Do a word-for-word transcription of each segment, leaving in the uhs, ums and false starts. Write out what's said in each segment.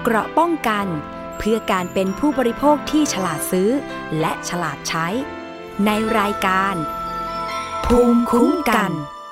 เกราะป้องกันเพื่อการเป็นผู้บริโภคที่ฉลาดซื้อและฉลาดใช้ในรายการภูมิคุ้มกัน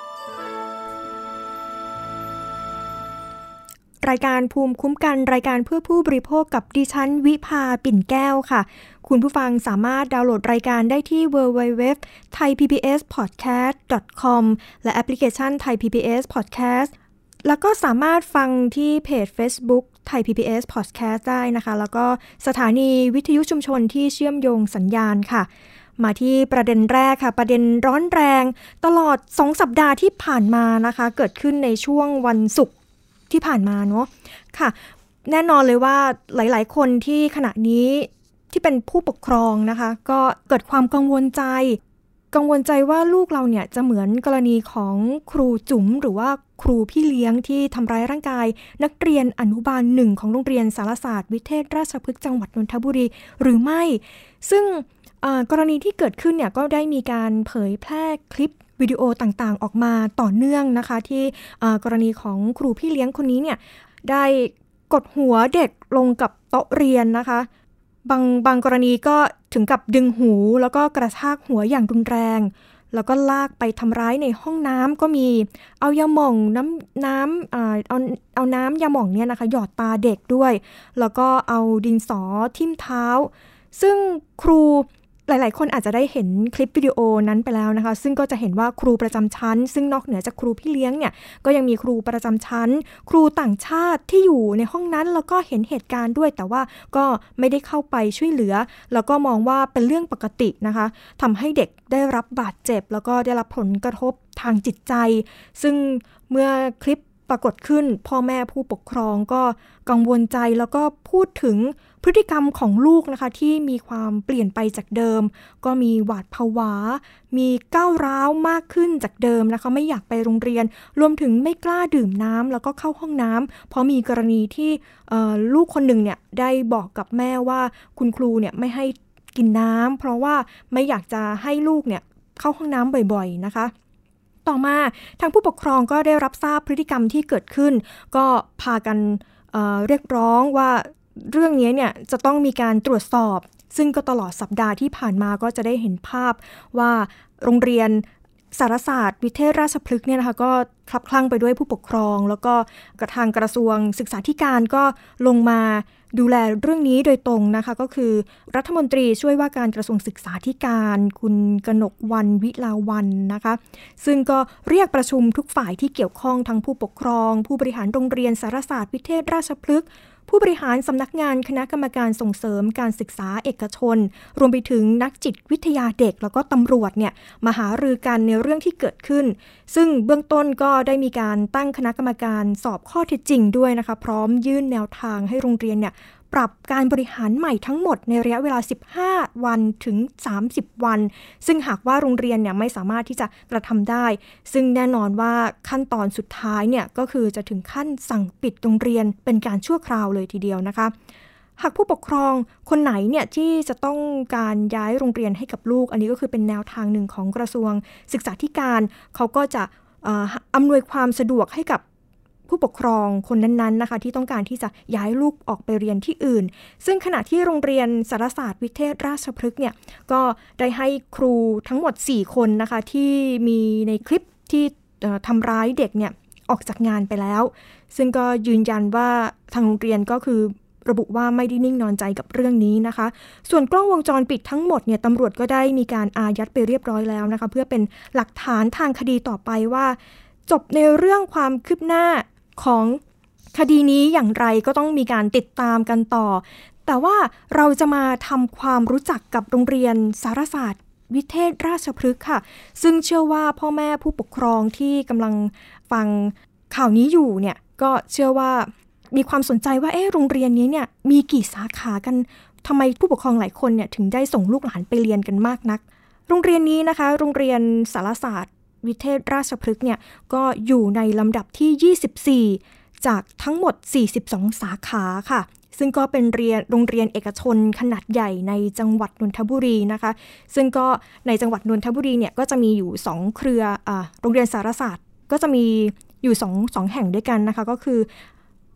รายการภูมิคุ้มกันรายการเพื่อผู้บริโภคกับดิฉันวิภาปิ่นแก้วค่ะคุณผู้ฟังสามารถดาวน์โหลดรายการได้ที่ ดับเบิลยู ดับเบิลยู ดับเบิลยู ดอท ไทย พี บี เอส พอดแคสต์ ดอท คอม และแอปพลิเคชัน Thai พี บี เอส Podcast แล้วก็สามารถฟังที่เพจ Facebook Thai พี บี เอส Podcast ได้นะคะแล้วก็สถานีวิทยุชุมชนที่เชื่อมโยงสัญญาณค่ะมาที่ประเด็นแรกค่ะประเด็นร้อนแรงตลอดสองสัปดาห์ที่ผ่านมานะคะเกิดขึ้นในช่วงวันศุกร์ที่ผ่านมาเนาะค่ะแน่นอนเลยว่าหลายๆคนที่ขณะนี้ที่เป็นผู้ปกครองนะคะก็เกิดความกังวลใจกังวลใจว่าลูกเราเนี่ยจะเหมือนกรณีของครูจุ๋มหรือว่าครูพี่เลี้ยงที่ทำร้ายร่างกายนักเรียนอนุบาลหนึ่งของโรงเรียนสารศาสตร์วิเทศราชพฤกษ์จังหวัดนนทบุรีหรือไม่ซึ่งกรณีที่เกิดขึ้นเนี่ยก็ได้มีการเผยแพร่คลิปวิดีโอต่างๆออกมาต่อเนื่องนะคะที่กรณีของครูพี่เลี้ยงคนนี้เนี่ยได้กดหัวเด็กลงกับโต๊ะเรียนนะคะบางบางกรณีก็ถึงกับดึงหูแล้วก็กระชากหัวอย่างรุนแรงแล้วก็ลากไปทำร้ายในห้องน้ำก็มีเอายาหม่องน้ำน้ำเอาเอาเอาน้ำยาหม่องเนี่ยนะคะหยอดตาเด็กด้วยแล้วก็เอาดินสอทิ่มเท้าซึ่งครูหลายๆคนอาจจะได้เห็นคลิปวิดีโอนั้นไปแล้วนะคะซึ่งก็จะเห็นว่าครูประจำชั้นซึ่งนอกเหนือจากครูพี่เลี้ยงเนี่ยก็ยังมีครูประจำชั้นครูต่างชาติที่อยู่ในห้องนั้นแล้วก็เห็นเหตุการณ์ด้วยแต่ว่าก็ไม่ได้เข้าไปช่วยเหลือแล้วก็มองว่าเป็นเรื่องปกตินะคะทำให้เด็กได้รับบาดเจ็บแล้วก็ได้รับผลกระทบทางจิตใจซึ่งเมื่อคลิปปรากฏขึ้นพ่อแม่ผู้ปกครองก็กังวลใจแล้วก็พูดถึงพฤติกรรมของลูกนะคะที่มีความเปลี่ยนไปจากเดิมก็มีหวาดผวามีก้าวร้าวมากขึ้นจากเดิมนะคะไม่อยากไปโรงเรียนรวมถึงไม่กล้าดื่มน้ำแล้วก็เข้าห้องน้ำเพราะมีกรณีที่ลูกคนหนึ่งเนี่ยได้บอกกับแม่ว่าคุณครูเนี่ยไม่ให้กินน้ำเพราะว่าไม่อยากจะให้ลูกเนี่ยเข้าห้องน้ำบ่อยๆนะคะต่อมาทางผู้ปกครองก็ได้รับทราบพฤติกรรมที่เกิดขึ้นก็พากัน เอ่อ เรียกร้องว่าเรื่องนี้เนี่ยจะต้องมีการตรวจสอบซึ่งก็ตลอดสัปดาห์ที่ผ่านมาก็จะได้เห็นภาพว่าโรงเรียนสารศาสตร์วิเทศราชพฤกษ์เนี่ยนะคะก็คลับคลั่งไปด้วยผู้ปกครองแล้วก็กระทางกระทรวงศึกษาธิการก็ลงมาดูแลเรื่องนี้โดยตรงนะคะก็คือรัฐมนตรีช่วยว่าการกระทรวงศึกษาธิการคุณกนกวรรณวิลาวัลย์นะคะซึ่งก็เรียกประชุมทุกฝ่ายที่เกี่ยวข้องทั้งผู้ปกครองผู้บริหารโรงเรียนสารศาสตร์วิเทศราชพฤกษ์ผู้บริหารสำนักงานคณะกรรมการส่งเสริมการศึกษาเอกชนรวมไปถึงนักจิตวิทยาเด็กแล้วก็ตำรวจเนี่ยมาหารือกันในเรื่องที่เกิดขึ้นซึ่งเบื้องต้นก็ได้มีการตั้งคณะกรรมการสอบข้อเท็จจริงด้วยนะคะพร้อมยื่นแนวทางให้โรงเรียนเนี่ยปรับการบริหารใหม่ทั้งหมดในระยะเวลาสิบห้าวันถึงสามสิบวันซึ่งหากว่าโรงเรียนเนี่ยไม่สามารถที่จะกระทำได้ซึ่งแน่นอนว่าขั้นตอนสุดท้ายเนี่ยก็คือจะถึงขั้นสั่งปิดโรงเรียนเป็นการชั่วคราวเลยทีเดียวนะคะหากผู้ปกครองคนไหนเนี่ยที่จะต้องการย้ายโรงเรียนให้กับลูกอันนี้ก็คือเป็นแนวทางหนึ่งของกระทรวงศึกษาธิการเขาก็จะอำนวยความสะดวกให้กับผู้ปกครองคนนั้นๆนะคะที่ต้องการที่จะย้ายลูกออกไปเรียนที่อื่นซึ่งขณะที่โรงเรียนสารศาสตร์วิเทศราชพฤกษ์เนี่ยก็ได้ให้ครูทั้งหมดสี่คนนะคะที่มีในคลิปที่ทำร้ายเด็กเนี่ยออกจากงานไปแล้วซึ่งก็ยืนยันว่าทางโรงเรียนก็คือระบุว่าไม่ได้นิ่งนอนใจกับเรื่องนี้นะคะส่วนกล้องวงจรปิดทั้งหมดเนี่ยตำรวจก็ได้มีการอายัดไปเรียบร้อยแล้วนะคะเพื่อเป็นหลักฐานทางคดีต่อไปว่าจบในเรื่องความคืบหน้าของคดีนี้อย่างไรก็ต้องมีการติดตามกันต่อแต่ว่าเราจะมาทำความรู้จักกับโรงเรียนสารศาสตร์วิเทศราชพฤกษ์ค่ะซึ่งเชื่อว่าพ่อแม่ผู้ปกครองที่กำลังฟังข่าวนี้อยู่เนี่ยก็เชื่อว่ามีความสนใจว่าเอ๊ะโรงเรียนนี้เนี่ยมีกี่สาขากันทำไมผู้ปกครองหลายคนเนี่ยถึงได้ส่งลูกหลานไปเรียนกันมากนักโรงเรียนนี้นะคะโรงเรียนสารศาสตร์วิเทศราชพฤกษ์เนี่ยก็อยู่ในลำดับที่ยี่สิบสี่จากทั้งหมดสี่สิบสองสาขาค่ะซึ่งก็เป็นเรียนโรงเรียนเอกชนขนาดใหญ่ในจังหวัดนนทบุรีนะคะซึ่งก็ในจังหวัดนนทบุรีเนี่ยก็จะมีอยู่สองเครืออ่าโรงเรียนสารศาสตร์ก็จะมีอยู่สอง สองแห่งด้วยกันนะคะก็คือ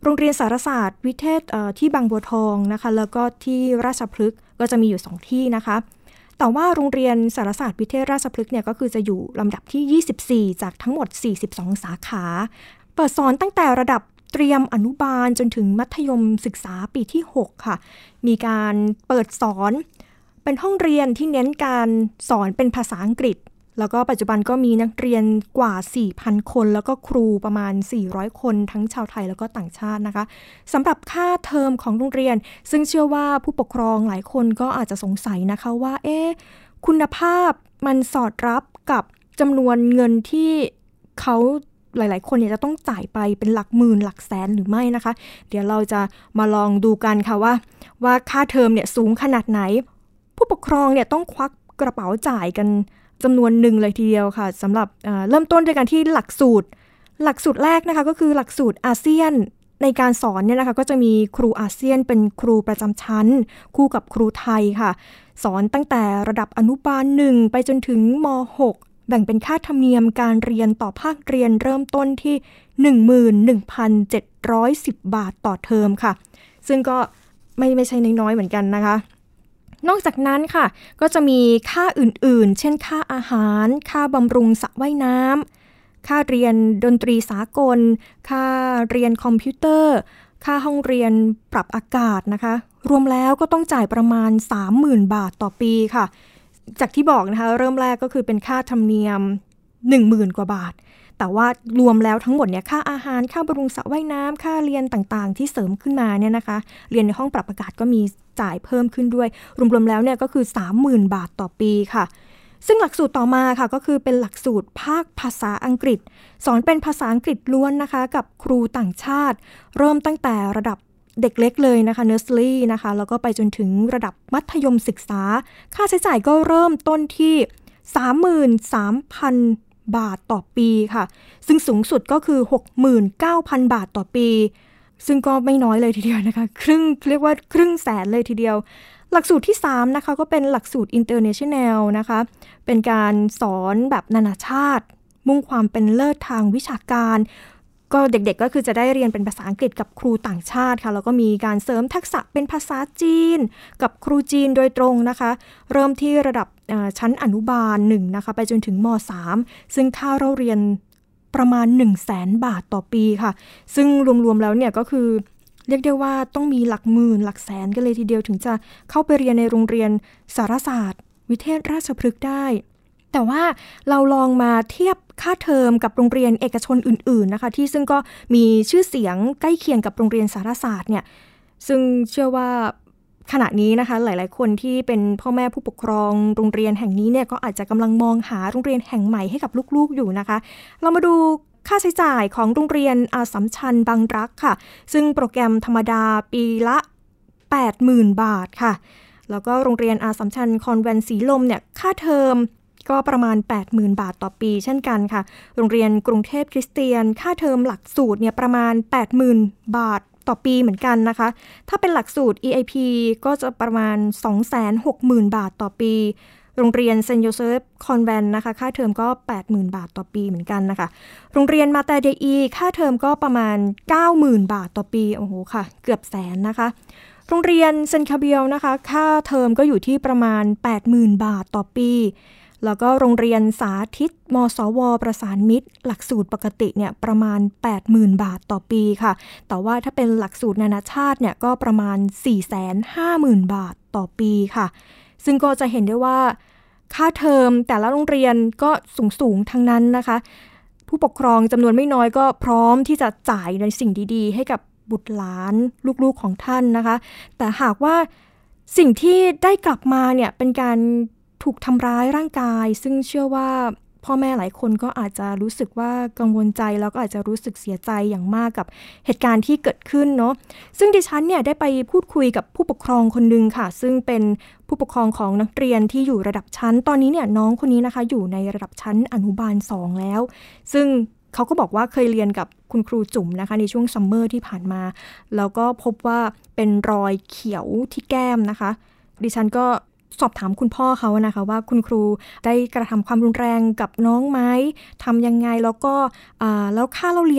โรงเรียนสารศาสตร์วิเทศที่บางบัวทองนะคะแล้วก็ที่ราชพฤกษ์ก็จะมีอยู่สองที่นะคะแต่ว่าโรงเรียนสารศาสตร์วิเทศราชพฤกษ์เนี่ยก็คือจะอยู่ลำดับที่ยี่สิบสี่จากทั้งหมดสี่สิบสองสาขาเปิดสอนตั้งแต่ระดับเตรียมอนุบาลจนถึงมัธยมศึกษาปีที่หกค่ะมีการเปิดสอนเป็นห้องเรียนที่เน้นการสอนเป็นภาษาอังกฤษแล้วก็ปัจจุบันก็มีนักเรียนกว่า สี่พัน คนแล้วก็ครูประมาณสี่ร้อยคนทั้งชาวไทยแล้วก็ต่างชาตินะคะสำหรับค่าเทอมของโรงเรียนซึ่งเชื่อว่าผู้ปกครองหลายคนก็อาจจะสงสัยนะคะว่าเอ๊ะคุณภาพมันสอดรับกับจำนวนเงินที่เขาหลายๆคนเนี่ยจะต้องจ่ายไปเป็นหลักหมื่นหลักแสนหรือไม่นะคะเดี๋ยวเราจะมาลองดูกันค่ะว่าว่าค่าเทอมเนี่ยสูงขนาดไหนผู้ปกครองเนี่ยต้องควักกระเป๋าจ่ายกันจำนวนหนึ่งเลยทีเดียวค่ะสำหรับเริ่มต้นด้วยกันที่หลักสูตรหลักสูตรแรกนะคะก็คือหลักสูตรอาเซียนในการสอนเนี่ยนะคะก็จะมีครูอาเซียนเป็นครูประจำชั้นคู่กับครูไทยค่ะสอนตั้งแต่ระดับอนุบาลหนึ่งไปจนถึงม.หก แบ่งเป็นค่าธรรมเนียมการเรียนต่อภาคเรียนเริ่มต้นที่ หนึ่งหมื่นหนึ่งพันเจ็ดร้อยสิบ บาทต่อเทอมค่ะซึ่งก็ไม่ไม่ใช่น้อยๆเหมือนกันนะคะนอกจากนั้นค่ะก็จะมีค่าอื่นๆเช่นค่าอาหารค่าบำรุงสระว่ายน้ำค่าเรียนดนตรีสากลค่าเรียนคอมพิวเตอร์ค่าห้องเรียนปรับอากาศนะคะรวมแล้วก็ต้องจ่ายประมาณ สามหมื่น บาทต่อปีค่ะจากที่บอกนะคะเริ่มแรกก็คือเป็นค่าธรรมเนียม หนึ่งหมื่น กว่าบาทแต่ว่ารวมแล้วทั้งหมดเนี่ยค่าอาหารค่าบำรุงสระว่ายน้ำค่าเรียนต่างๆที่เสริมขึ้นมาเนี่ยนะคะเรียนในห้องปรับอากาศก็มีจ่ายเพิ่มขึ้นด้วยรวมๆแล้วเนี่ยก็คือ สามหมื่น บาทต่อปีค่ะซึ่งหลักสูตรต่อมาค่ะก็คือเป็นหลักสูตรภาคภาษาอังกฤษสอนเป็นภาษาอังกฤษล้วนนะคะกับครูต่างชาติเริ่มตั้งแต่ระดับเด็กเล็กเลยนะคะเนอร์เซอรี่นะคะแล้วก็ไปจนถึงระดับมัธยมศึกษาค่าใช้จ่ายก็เริ่มต้นที่ สามหมื่นสามพัน บาทต่อปีค่ะซึ่งสูงสุดก็คือ หกหมื่นเก้าพัน บาทต่อปีซึ่งก็ไม่น้อยเลยทีเดียวนะคะครึ่งเรียกว่าครึ่งแสนเลยทีเดียวหลักสูตรที่สามนะคะก็เป็นหลักสูตร International นะคะเป็นการสอนแบบนานาชาติมุ่งความเป็นเลิศทางวิชาการก็เด็กๆก็คือจะได้เรียนเป็นภาษาอังกฤษกับครูต่างชาติค่ะแล้วก็มีการเสริมทักษะเป็นภาษาจีนกับครูจีนโดยตรงนะคะเริ่มที่ระดับชั้นอนุบาลหนึ่งนะคะไปจนถึงม.สาม ซึ่งค่าเราเรียนประมาณ หนึ่งแสน บาทต่อปีค่ะซึ่งรวมๆแล้วเนี่ยก็คือเรียกได้ว่าต้องมีหลักหมื่นหลักแสนกันเลยทีเดียวถึงจะเข้าไปเรียนในโรงเรียนสารศาสตร์วิเทศราชพฤกษ์ได้แต่ว่าเราลองมาเทียบค่าเทอมกับโรงเรียนเอกชนอื่นๆนะคะที่ซึ่งก็มีชื่อเสียงใกล้เคียงกับโรงเรียนสารศาสตร์เนี่ยซึ่งเชื่อว่าขณะนี้นะคะหลายๆคนที่เป็นพ่อแม่ผู้ปกครองโรงเรียนแห่งนี้เนี่ยก็อาจจะกำลังมองหาโรงเรียนแห่งใหม่ให้กับลูกๆอยู่นะคะเรามาดูค่าใช้จ่ายของโรงเรียนอัสสัมชัญบางรักค่ะซึ่งโปรแกรมธรรมดาปีละ แปดหมื่น บาทค่ะแล้วก็โรงเรียนอัสสัมชัญคอนแวนต์สีลมเนี่ยค่าเทอมก็ประมาณ แปดหมื่น บาทต่อปีเช่นกันค่ะโรงเรียนกรุงเทพคริสเตียนค่าเทอมหลักสูตรเนี่ยประมาณ แปดหมื่น บาทต่อปีเหมือนกันนะคะถ้าเป็นหลักสูตร อี ไอ พี ก็จะประมาณ สองแสนหกหมื่น บาทต่อปีโรงเรียนเซนต์โยเซฟคอนแวนต์นะคะค่าเทอมก็ แปดหมื่น บาทต่อปีเหมือนกันนะคะโรงเรียนมาตาเดอีค่าเทอมก็ประมาณ เก้าหมื่น บาทต่อปีโอ้โหค่ะเกือบแสนนะคะโรงเรียนเซนต์คาเบียลนะคะค่าเทอมก็อยู่ที่ประมาณ แปดหมื่น บาทต่อปีแล้วก็โรงเรียนสาธิตมสวประสานมิตรหลักสูตรปกติเนี่ยประมาณ แปดหมื่น บาทต่อปีค่ะแต่ว่าถ้าเป็นหลักสูตรนานาชาติเนี่ยก็ประมาณ สี่แสนห้าหมื่น บาทต่อปีค่ะซึ่งก็จะเห็นได้ว่าค่าเทอมแต่ละโรงเรียนก็สูงๆทั้งนั้นนะคะผู้ปกครองจำนวนไม่น้อยก็พร้อมที่จะจ่ายในสิ่งดีๆให้กับบุตรหลานลูกๆของท่านนะคะแต่หากว่าสิ่งที่ได้กลับมาเนี่ยเป็นการถูกทำร้ายร่างกายซึ่งเชื่อว่าพ่อแม่หลายคนก็อาจจะรู้สึกว่ากังวลใจแล้วก็อาจจะรู้สึกเสียใจอย่างมากกับเหตุการณ์ที่เกิดขึ้นเนาะซึ่งดิฉันเนี่ยได้ไปพูดคุยกับผู้ปกครองคนนึงค่ะซึ่งเป็นผู้ปกครองของนักเรียนที่อยู่ระดับชั้นตอนนี้เนี่ยน้องคนนี้นะคะอยู่ในระดับชั้นอนุบาลสองแล้วซึ่งเขาก็บอกว่าเคยเรียนกับคุณครูจุ๋มนะคะในช่วงซัมเมอร์ที่ผ่านมาแล้วก็พบว่าเป็นรอยเขียวที่แก้มนะคะดิฉันก็สอบถามคุณพ่อเขานะคะว่าคุณครูได้กระทำความรุนแรงกับน้องไหมทำยังไงแล้วก็แล้วค่าเล่าเรียนล่ะ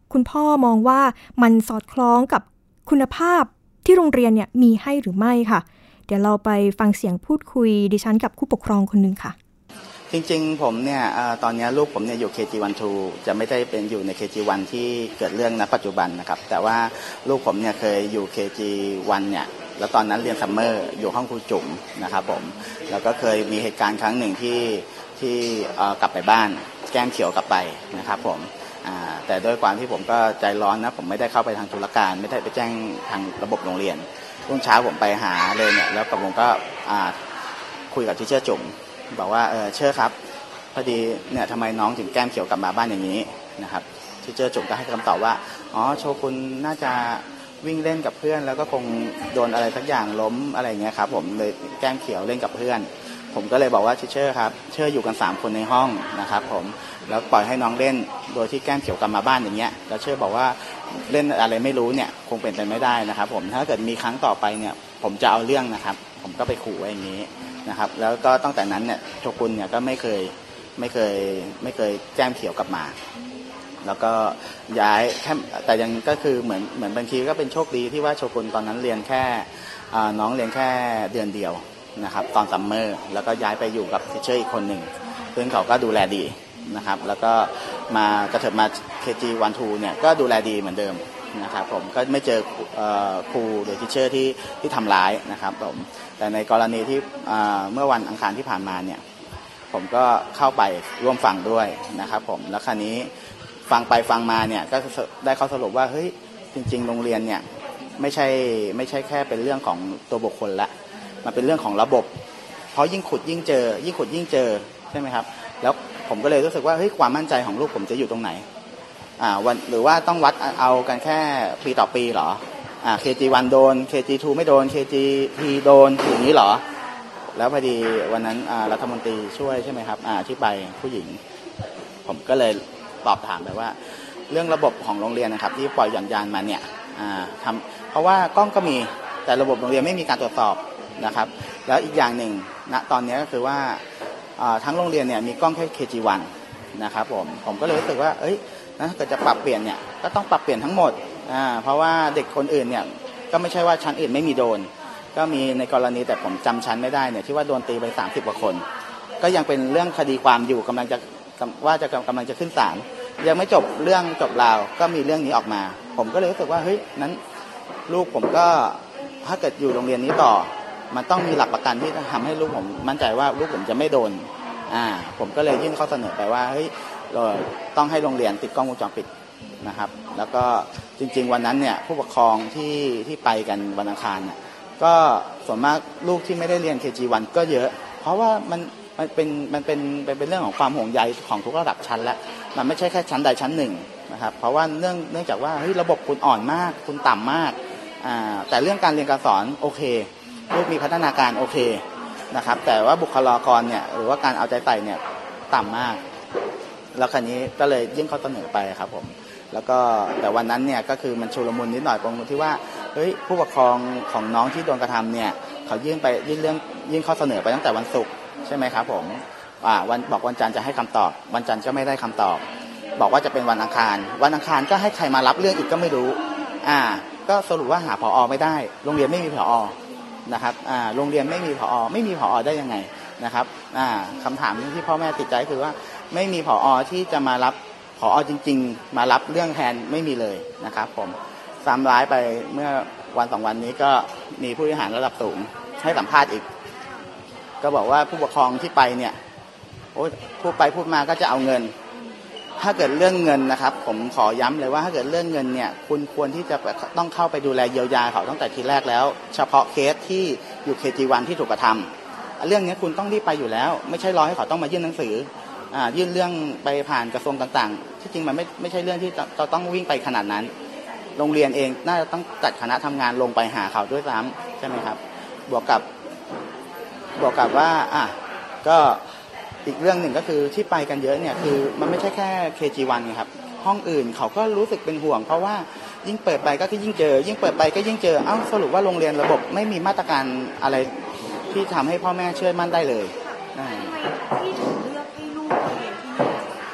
คุณพ่อมองว่ามันสอดคล้องกับคุณภาพที่โรงเรียนเนี่ยมีให้หรือไม่ค่ะเดี๋ยวเราไปฟังเสียงพูดคุยดิฉันกับผู้ปกครองคนนึงค่ะจริงๆผมเนี่ยตอนนี้ลูกผมเนี่ยอยู่ เค จี วัน ทู จะไม่ได้เป็นอยู่ใน เค จี วัน ที่เกิดเรื่องณปัจจุบันนะครับแต่ว่าลูกผมเนี่ยเคยอยู่ เค จี วัน เนี่ยแล้วตอนนั้นเรียนซัมเมอร์อยู่ห้องครูจุ๋มนะครับผมแล้วก็เคยมีเหตุการณ์ครั้งหนึ่งที่ที่กลับไปบ้านแก้มเขียวกลับไปนะครับผมแต่ด้วยความที่ผมก็ใจร้อนนะผมไม่ได้เข้าไปทางธุรการไม่ได้ไปแจ้งทางระบบโรงเรียนรุ่งเช้าผมไปหาเลยเนี่ยแล้วผมก็คุยกับทิเชอร์จุ๋มบอกว่าเออเชื่อครับพอดีเนี่ยทำไมน้องถึงแก้มเขียวกลับมาบ้านอย่างนี้นะครับทิเชอร์จุ๋มก็ให้คำตอบว่าอ๋อโชกุนน่าจะวิ่งเล่นกับเพื่อนแล้วก็คงโดนอะไรสักอย่างล้มอะไรเงี้ยครับผมเลยแก้มเขียวเล่นกับเพื่อนผมก็เลยบอกว่าทิเชอร์ครับเชื่ออยู่กันสามคนในห้องนะครับผมแล้วปล่อยให้น้องเล่นโดยที่แก้มเขียวกลับมาบ้านอย่างเงี้ยแล้วเชื่อบอกว่าเล่นอะไรไม่รู้เนี่ยคงเป็นไปไม่ได้นะครับผมถ้าเกิดมีครั้งต่อไปเนี่ยผมจะเอาเรื่องนะครับผมก็ไปขู่ไว้อย่างนี้นะครับแล้วก็ตั้งแต่นั้นเนี่ยโชกุนเนี่ยก็ไม่เคยไม่เคยไม่เคยแจ้งเขียวกลับมาแล้วก็ย้ายแค่แต่ยังก็คือเหมือนเหมือนบางทีก็เป็นโชคดีที่ว่าโชกุนตอนนั้นเรียนแค่น้องเรียนแค่เดือนเดียวนะครับตอนซัมเมอร์แล้วก็ย้ายไปอยู่กับทิเชอร์อีกคนหนึ่งซึ่งเขาก็ดูแลดีนะครับแล้วก็มากระเถิบมา เค จี วัน ทู เนี่ยก็ดูแลดีเหมือนเดิมนะครับผมก็ไม่เจอครูหรือทิเชอร์ที่ที่ทำร้ายนะครับผมแต่ในกรณีที่เมื่อวันอังคารที่ผ่านมาเนี่ยผมก็เข้าไปร่วมฟังด้วยนะครับผมแล้วคราวนี้ฟังไปฟังมาเนี่ยก็ได้ข้อสรุปว่าเฮ้ยจริงๆโรงเรียนเนี่ยไม่ใช่ไม่ใช่แค่เป็นเรื่องของตัวบุคคลละมันเป็นเรื่องของระบบเพราะยิ่งขุดยิ่งเจอยิ่งขุดยิ่งเจอใช่ไหมครับแล้วผมก็เลยรู้สึกว่าเฮ้ยความมั่นใจของลูกผมจะอยู่ตรงไหนอ่าวันหรือว่าต้องวัดเอากันแค่ปีต่อปีเหรออ่า เค จี วัน โดน เค จี ทู ไม่โดน เค จี ที โดนอย่างนี้เหรอแล้วพอดีวันนั้นอ่ารัฐมนตรีช่วยใช่ไหมครับอ่าที่ไปผู้หญิงผมก็เลยตอบถามไปว่าเรื่องระบบของโรงเรียนนะครับที่ปล่อยหย่อนยานมาเนี่ยอ่าทำเพราะว่ากล้องก็มีแต่ระบบโรงเรียนไม่มีการตรวจสอบนะครับแล้วอีกอย่างหนึ่งณตอนนี้ก็คือว่าทั้งโรงเรียนเนี่ยมีกล้องแค่ เค จี วัน นะครับผมผมก็เลยรู้สึกว่าเอ้ยถ้าเกิดจะปรับเปลี่ยนเนี่ยก็ต้องปรับเปลี่ยนทั้งหมดอ่าเพราะว่าเด็กคนอื่นเนี่ยก็ไม่ใช่ว่าชั้นอื่นไม่มีโดนก็มีในกรณีแต่ผมจำชั้นไม่ได้เนี่ยที่ว่าโดนตีไปสามสิบกว่าคนก็ยังเป็นเรื่องคดีความอยู่กำลังจะว่าจะกำลังจะขึ้นศาลยังไม่จบเรื่องจบราวก็มีเรื่องนี้ออกมาผมก็เลยรู้สึกว่าเฮ้ยนั้นลูกผมก็ถ้าเกิดอยู่โรงเรียนนี้ต่อมันต้องมีหลักประกันที่จะทำให้ลูกผมมั่นใจว่าลูกผมจะไม่โดนอ่าผมก็เลยยื่นข้อเสนอไปว่าเฮ้ยเราต้องให้โรงเรียนติดกล้องวงจรปิดนะครับแล้วก็จริงๆวันนั้นเนี่ยผู้ปกครองที่ที่ไปกันวันอังคารเนี่ยก็ส่วนมากลูกที่ไม่ได้เรียน เค จี วัน ก็เยอะเพราะว่ามันมันเป็นมันเป็นเป็นเรื่องของความห่วงใยของทุกระดับชั้นแล้วมันไม่ใช่แค่ชั้นใดชั้นหนึ่งนะครับเพราะว่าเนื่องเนื่องจากว่าเฮ้ยระบบคุณอ่อนมากคุณต่ำมากอ่าแต่เรื่องการเรียนการสอนโอเคลูกมีพัฒนาการโอเคนะครับแต่ว่าบุคลากรเนี่ยหรือว่าการเอาใจใส่เนี่ยต่ำมากแล้วคราวนี้ก็เลยยื่นข้อเสนอไปครับผมแล้วก็แต่วันนั้นเนี่ยก็คือมันชุลมุนนิดหน่อยตรงที่ว่าเฮ้ยผู้ปกครองของน้องที่โดนกระทำเนี่ยเขายื่นไปยื่นเรื่องยื่นข้อเสนอไปตั้งแต่วันศุกร์ใช่ไหมครับผมอ่าวันบอกวันจันทร์จะให้คำตอบวันจันทร์ก็ไม่ได้คำตอบบอกว่าจะเป็นวันอังคารวันอังคารก็ให้ใครมารับเรื่องอีกก็ไม่รู้อ่าก็สรุปว่าหาผอ.ไม่ได้โรงเรียนไม่มีผอ.นะครับอ่าโรงเรียนไม่มีผอ.ไม่มีผอ.ได้ยังไงนะครับอ่าคำถามที่พ่อแม่ติดใจคือว่าไม่มีผอ.ที่จะมารับผอ.จริงๆมารับเรื่องแทนไม่มีเลยนะครับผมซ้ำร้ายไปเมื่อวันสองวันนี้ก็มีผู้บริหารระดับสูงให้สัมภาษณ์อีกก็บอกว่าผู้ปกครองที่ไปเนี่ยโอ้พูดไปพูดมาก็จะเอาเงินถ้าเกิดเรื่องเงินนะครับผมขอย้ำเลยว่าถ้าเกิดเรื่องเงินเนี่ยคุณควรที่จะต้องเข้าไปดูแลเยียวยาเขาตั้งแต่ทีแรกแล้วเฉพาะเคสที่อยู่ เค จี วัน ที่ถูกกระทำเรื่องนี้คุณต้องรีบไปอยู่แล้วไม่ใช่รอให้เขาต้องมายื่นหนังสืออ่ายื่นเรื่องไปผ่านกระทรวงต่างๆที่จริงมันไม่ไม่ใช่เรื่องที่เราต้องวิ่งไปขนาดนั้นโรงเรียนเองน่าจะต้องจัดคณะทำงานลงไปหาเขาด้วยซ้ำใช่ไหมครับบวกกับบวกกับว่าอ่ะก็อีกเรื่องหนึ่งก็คือที่ไปกันเยอะเนี่ยคือมันไม่ใช่แค่ เค จี วัน ครับห้องอื่นเขาก็รู้สึกเป็นห่วงเพราะว่ายิ่งเปิดไปก็ยิ่งเจอยิ่งเปิดไปก็ยิ่งเจอเอ้าสรุปว่าโรงเรียนระบบไม่มีมาตรการอะไรที่ทำให้พ่อแม่เชื่อมั่นได้เลยที่ถึงเลือกให้ลูกเรียนที่จ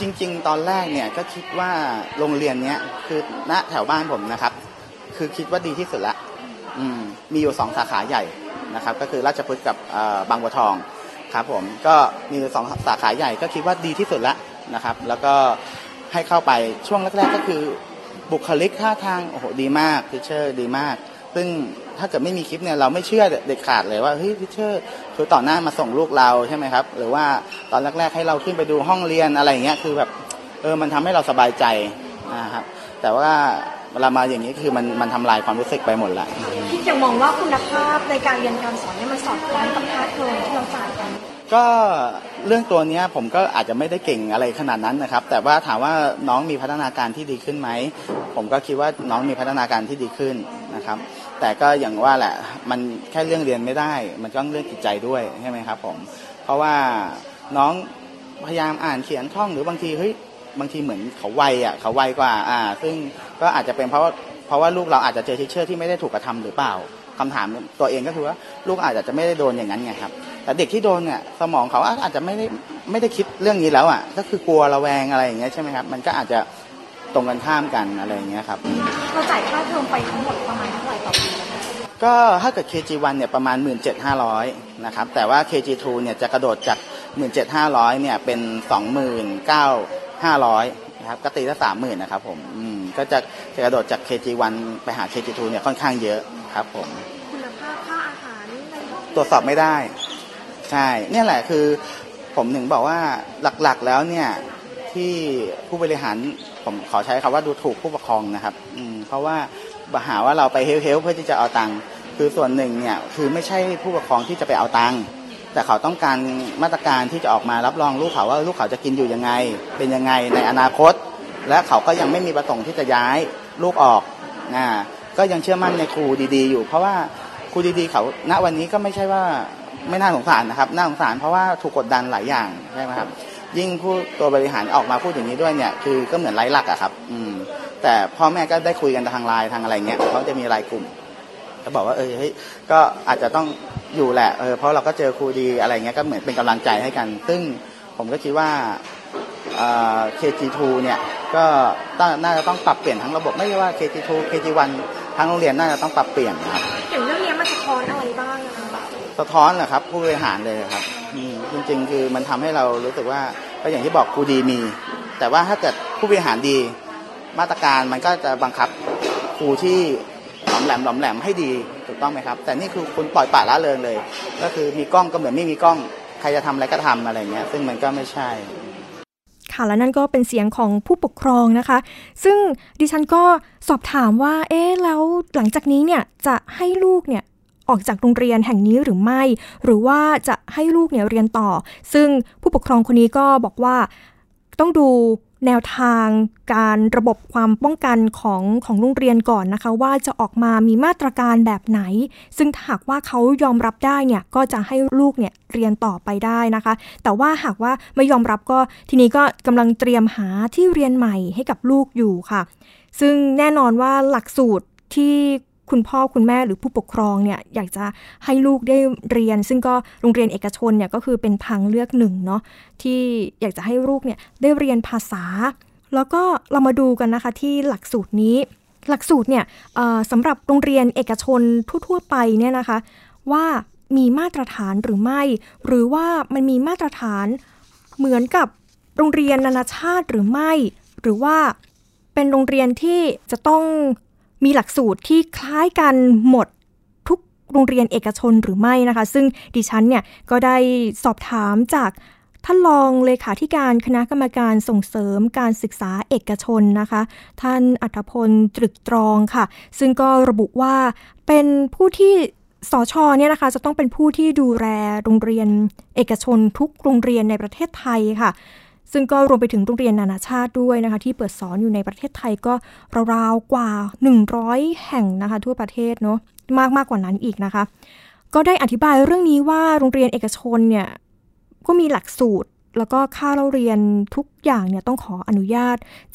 จริงๆตอนแรกเนี่ยก็คิดว่าโรงเรียนเนี้ยคือณแถวบ้านผมนะครับคือคิดว่าดีที่สุดละอืมมีอยู่สองสาขาใหญ่นะครับก็คือราชพฤกษ์กับบางบัวทองครับผมก็มีสองสาขาใหญ่ก็คิดว่าดีที่สุดละนะครับแล้วก็ให้เข้าไปช่วงแรกๆก็คือบุคลิกท่าทางโอ้โหดีมากทิเชอร์ดีมากซึ่งถ้าเกิดไม่มีคลิปเนี่ยเราไม่เชื่อเด็ดขาดเลยว่าเฮ้ยทิเชอร์คือต่อหน้ามาส่งลูกเราใช่ไหมครับหรือว่าตอนแรกๆให้เราขึ้นไปดูห้องเรียนอะไรอย่างเงี้ยคือแบบเออมันทำให้เราสบายใจนะครับแต่ว่าเวลามาอย่างนี้คือมันมันทำลายความรู้สึกไปหมดละพี่จะมองว่าคุณภาพในการเรียนการสอนเนี่ยมันสอดคล้องกับค่าเทอมที่เราจ่ายกันก็เรื่องตัวนี้ผมก็อาจจะไม่ได้เก่งอะไรขนาดนั้นนะครับแต่ว่าถามว่าน้องมีพัฒนาการที่ดีขึ้นไหมผมก็คิดว่าน้องมีพัฒนาการที่ดีขึ้นนะครับแต่ก็อย่างว่าแหละมันแค่เรื่องเรียนไม่ได้มันก็เรื่องจิตใจด้วยใช่ไหมครับผมเพราะว่าน้องพยายามอ่านเขียนท่องหรือบางทีเฮ้ยบางทีเหมือนเขาไวอ่ะเขาไวกว่าอ่าซึ่งก็อาจจะเป็นเพราะเพราะว่าลูกเราอาจจะเจอทิเชอร์ที่ไม่ได้ถูกกระทำหรือเปล่าคำถามตัวเองก็คือว่าลูกอาจจะไม่ได้โดนอย่างนั้นไงครับแต่เด็กที่โดนเนี่ยสมองเขาอาจจะไม่ได้ไม่ได้คิดเรื่องนี้แล้วอ่ะก็คือกลัวระแวงอะไรอย่างเงี้ยใช่ไหมครับมันก็อาจจะตรงกันข้ามกันอะไรอย่างเงี้ยครับเราจ่ายค่าเทอมไปทั้งหมดประมาณเท่าไหร่ต่อปีก็ถ้าเกิด เค จี วัน เนี่ยประมาณ หนึ่งหมื่นเจ็ดพันห้าร้อย นะครับแต่ว่า เค จี ทู เนี่ยจะกระโดดจาก หนึ่งหมื่นเจ็ดพันห้าร้อย เนี่ยเป็น สองหมื่นเก้าพันห้าร้อย นะครับก็ตีละ สามหมื่น นะครับผมอืมก็จะจะกระโดดจาก เค จี วัน ไปหา เค จี ทู เนี่ยค่อนข้างเยอะครับผมคุณภาพค่าอาหารตรวจสอบไม่ได้ใช่เนี่ยแหละคือผมถึงบอกว่าหลักๆแล้วเนี่ยที่ผู้บริหารผมขอใช้คำว่าดูถูกผู้ปกครองนะครับอืมเพราะว่าหาว่าเราไปเฮลเฮลเพื่อที่จะเอาตังค์คือส่วนหนึ่งเนี่ยคือไม่ใช่ผู้ปกครองที่จะไปเอาตังค์แต่เขาต้องการมาตรการที่จะออกมารับรองลูกเขาว่าลูกเขาจะกินอยู่ยังไงเป็นยังไงในอนาคตและเขาก็ยังไม่มีประสงค์ที่จะย้ายลูกออกนะก็ยังเชื่อมั่นในครูดีๆอยู่เพราะว่าครูดีๆเขาณวันนี้ก็ไม่ใช่ว่าไม่น่าสงสารนะครับน่าสงสารเพราะว่าถูกกดดันหลายอย่างใช่ไหมครับยิ่งผู้ตัวบริหารออกมาพูดอย่างนี้ด้วยเนี่ยคือก็เหมือนไร้หลักอะครับอืมแต่พ่อแม่ก็ได้คุยกันทางไลน์ทางอะไรเงี้ยเขาจะมีไลน์กลุ่มเขาบอกว่าเออเฮ้ยก็อาจจะต้องอยู่แหละเออเพราะเราก็เจอครูดีอะไรเงี้ยก็เหมือนเป็นกำลังใจให้กันซึ่งผมก็คิดว่าเอ่อ เค จี ทู เนี่ยก็น่าจะต้องปรับเปลี่ยนทั้งระบบไม่ใช่ว่า เค จี ทู เค จี วัน ทั้งโรงเรียนน่าจะต้องปรับเปลี่ยนครับอย่างเรื่องนี้มันสะท้อนอะไรบ้างนะคะสะท้อนเหรอครับผู้บริหารเลยครับจริงๆคือมันทำให้เรารู้สึกว่าก็อย่างที่บอกครูดีมีแต่ว่าถ้าเกิดผู้บริหารดีมาตรการมันก็จะบังคับครูที่หลอมแหลมหลอมแหลมให้ดีถูกต้องไหมครับแต่นี่คือคุณปล่อยปละละเลยเลยก็คือมีกล้องก็เหมือนไม่มีกล้องใครจะทำอะไรก็ทำอะไรเงี้ยซึ่งมันก็ไม่ใช่ค่ะและนั่นก็เป็นเสียงของผู้ปกครองนะคะซึ่งดิฉันก็สอบถามว่าเอ๊ะแล้วหลังจากนี้เนี่ยจะให้ลูกเนี่ยออกจากโรงเรียนแห่งนี้หรือไม่หรือว่าจะให้ลูกเนี่ยเรียนต่อซึ่งผู้ปกครองคนนี้ก็บอกว่าต้องดูแนวทางการระบบความป้องกันของของโรงเรียนก่อนนะคะว่าจะออกมามีมาตรการแบบไหนซึ่งหากว่าเขายอมรับได้เนี่ยก็จะให้ลูกเนี่ยเรียนต่อไปได้นะคะแต่ว่าหากว่าไม่ยอมรับก็ทีนี้ก็กำลังเตรียมหาที่เรียนใหม่ให้กับลูกอยู่ค่ะซึ่งแน่นอนว่าหลักสูตรที่คุณพ่อคุณแม่หรือผู้ปกครองเนี่ยอยากจะให้ลูกได้เรียนซึ่งก็โรงเรียนเอกชนเนี่ยก็คือเป็นทางเลือกหนึ่งเนาะที่อยากจะให้ลูกเนี่ยได้เรียนภาษาแล้วก็เรามาดูกันนะคะที่หลักสูตรนี้หลักสูตรเนี่ยสำหรับโรงเรียนเอกชนทั่วๆไปเนี่ยนะคะว่ามีมาตรฐานหรือไม่หรือว่ามันมีมาตรฐานเหมือนกับโรงเรียนนานาชาติหรือไม่หรือว่าเป็นโรงเรียนที่จะต้องมีหลักสูตรที่คล้ายกันหมดทุกโรงเรียนเอกชนหรือไม่นะคะซึ่งดิฉันเนี่ยก็ได้สอบถามจากท่านรองเลขาธิการคณะกรรมการส่งเสริมการศึกษาเอกชนนะคะท่านอัธพลตรึกตรองค่ะซึ่งก็ระบุว่าเป็นผู้ที่สช.เนี่ยนะคะจะต้องเป็นผู้ที่ดูแลโรงเรียนเอกชนทุกโรงเรียนในประเทศไทยค่ะซึ่งก็รวมไปถึงโรงเรียนนานาชาติด้วยนะคะที่เปิดสอนอยู่ในประเทศไทยก็ราวๆกว่าหนึ่งร้อยแห่งนะคะทั่วประเทศเนาะมากมากกว่านั้นอีกนะคะก็ได้อธิบายเรื่องนี้ว่าโรงเรียนเอกชนเนี่ยก็มีหลักสูตรแล้วก็ค่าเล่าเรียนทุกอย่างเนี่ยต้องขออนุญาตจาก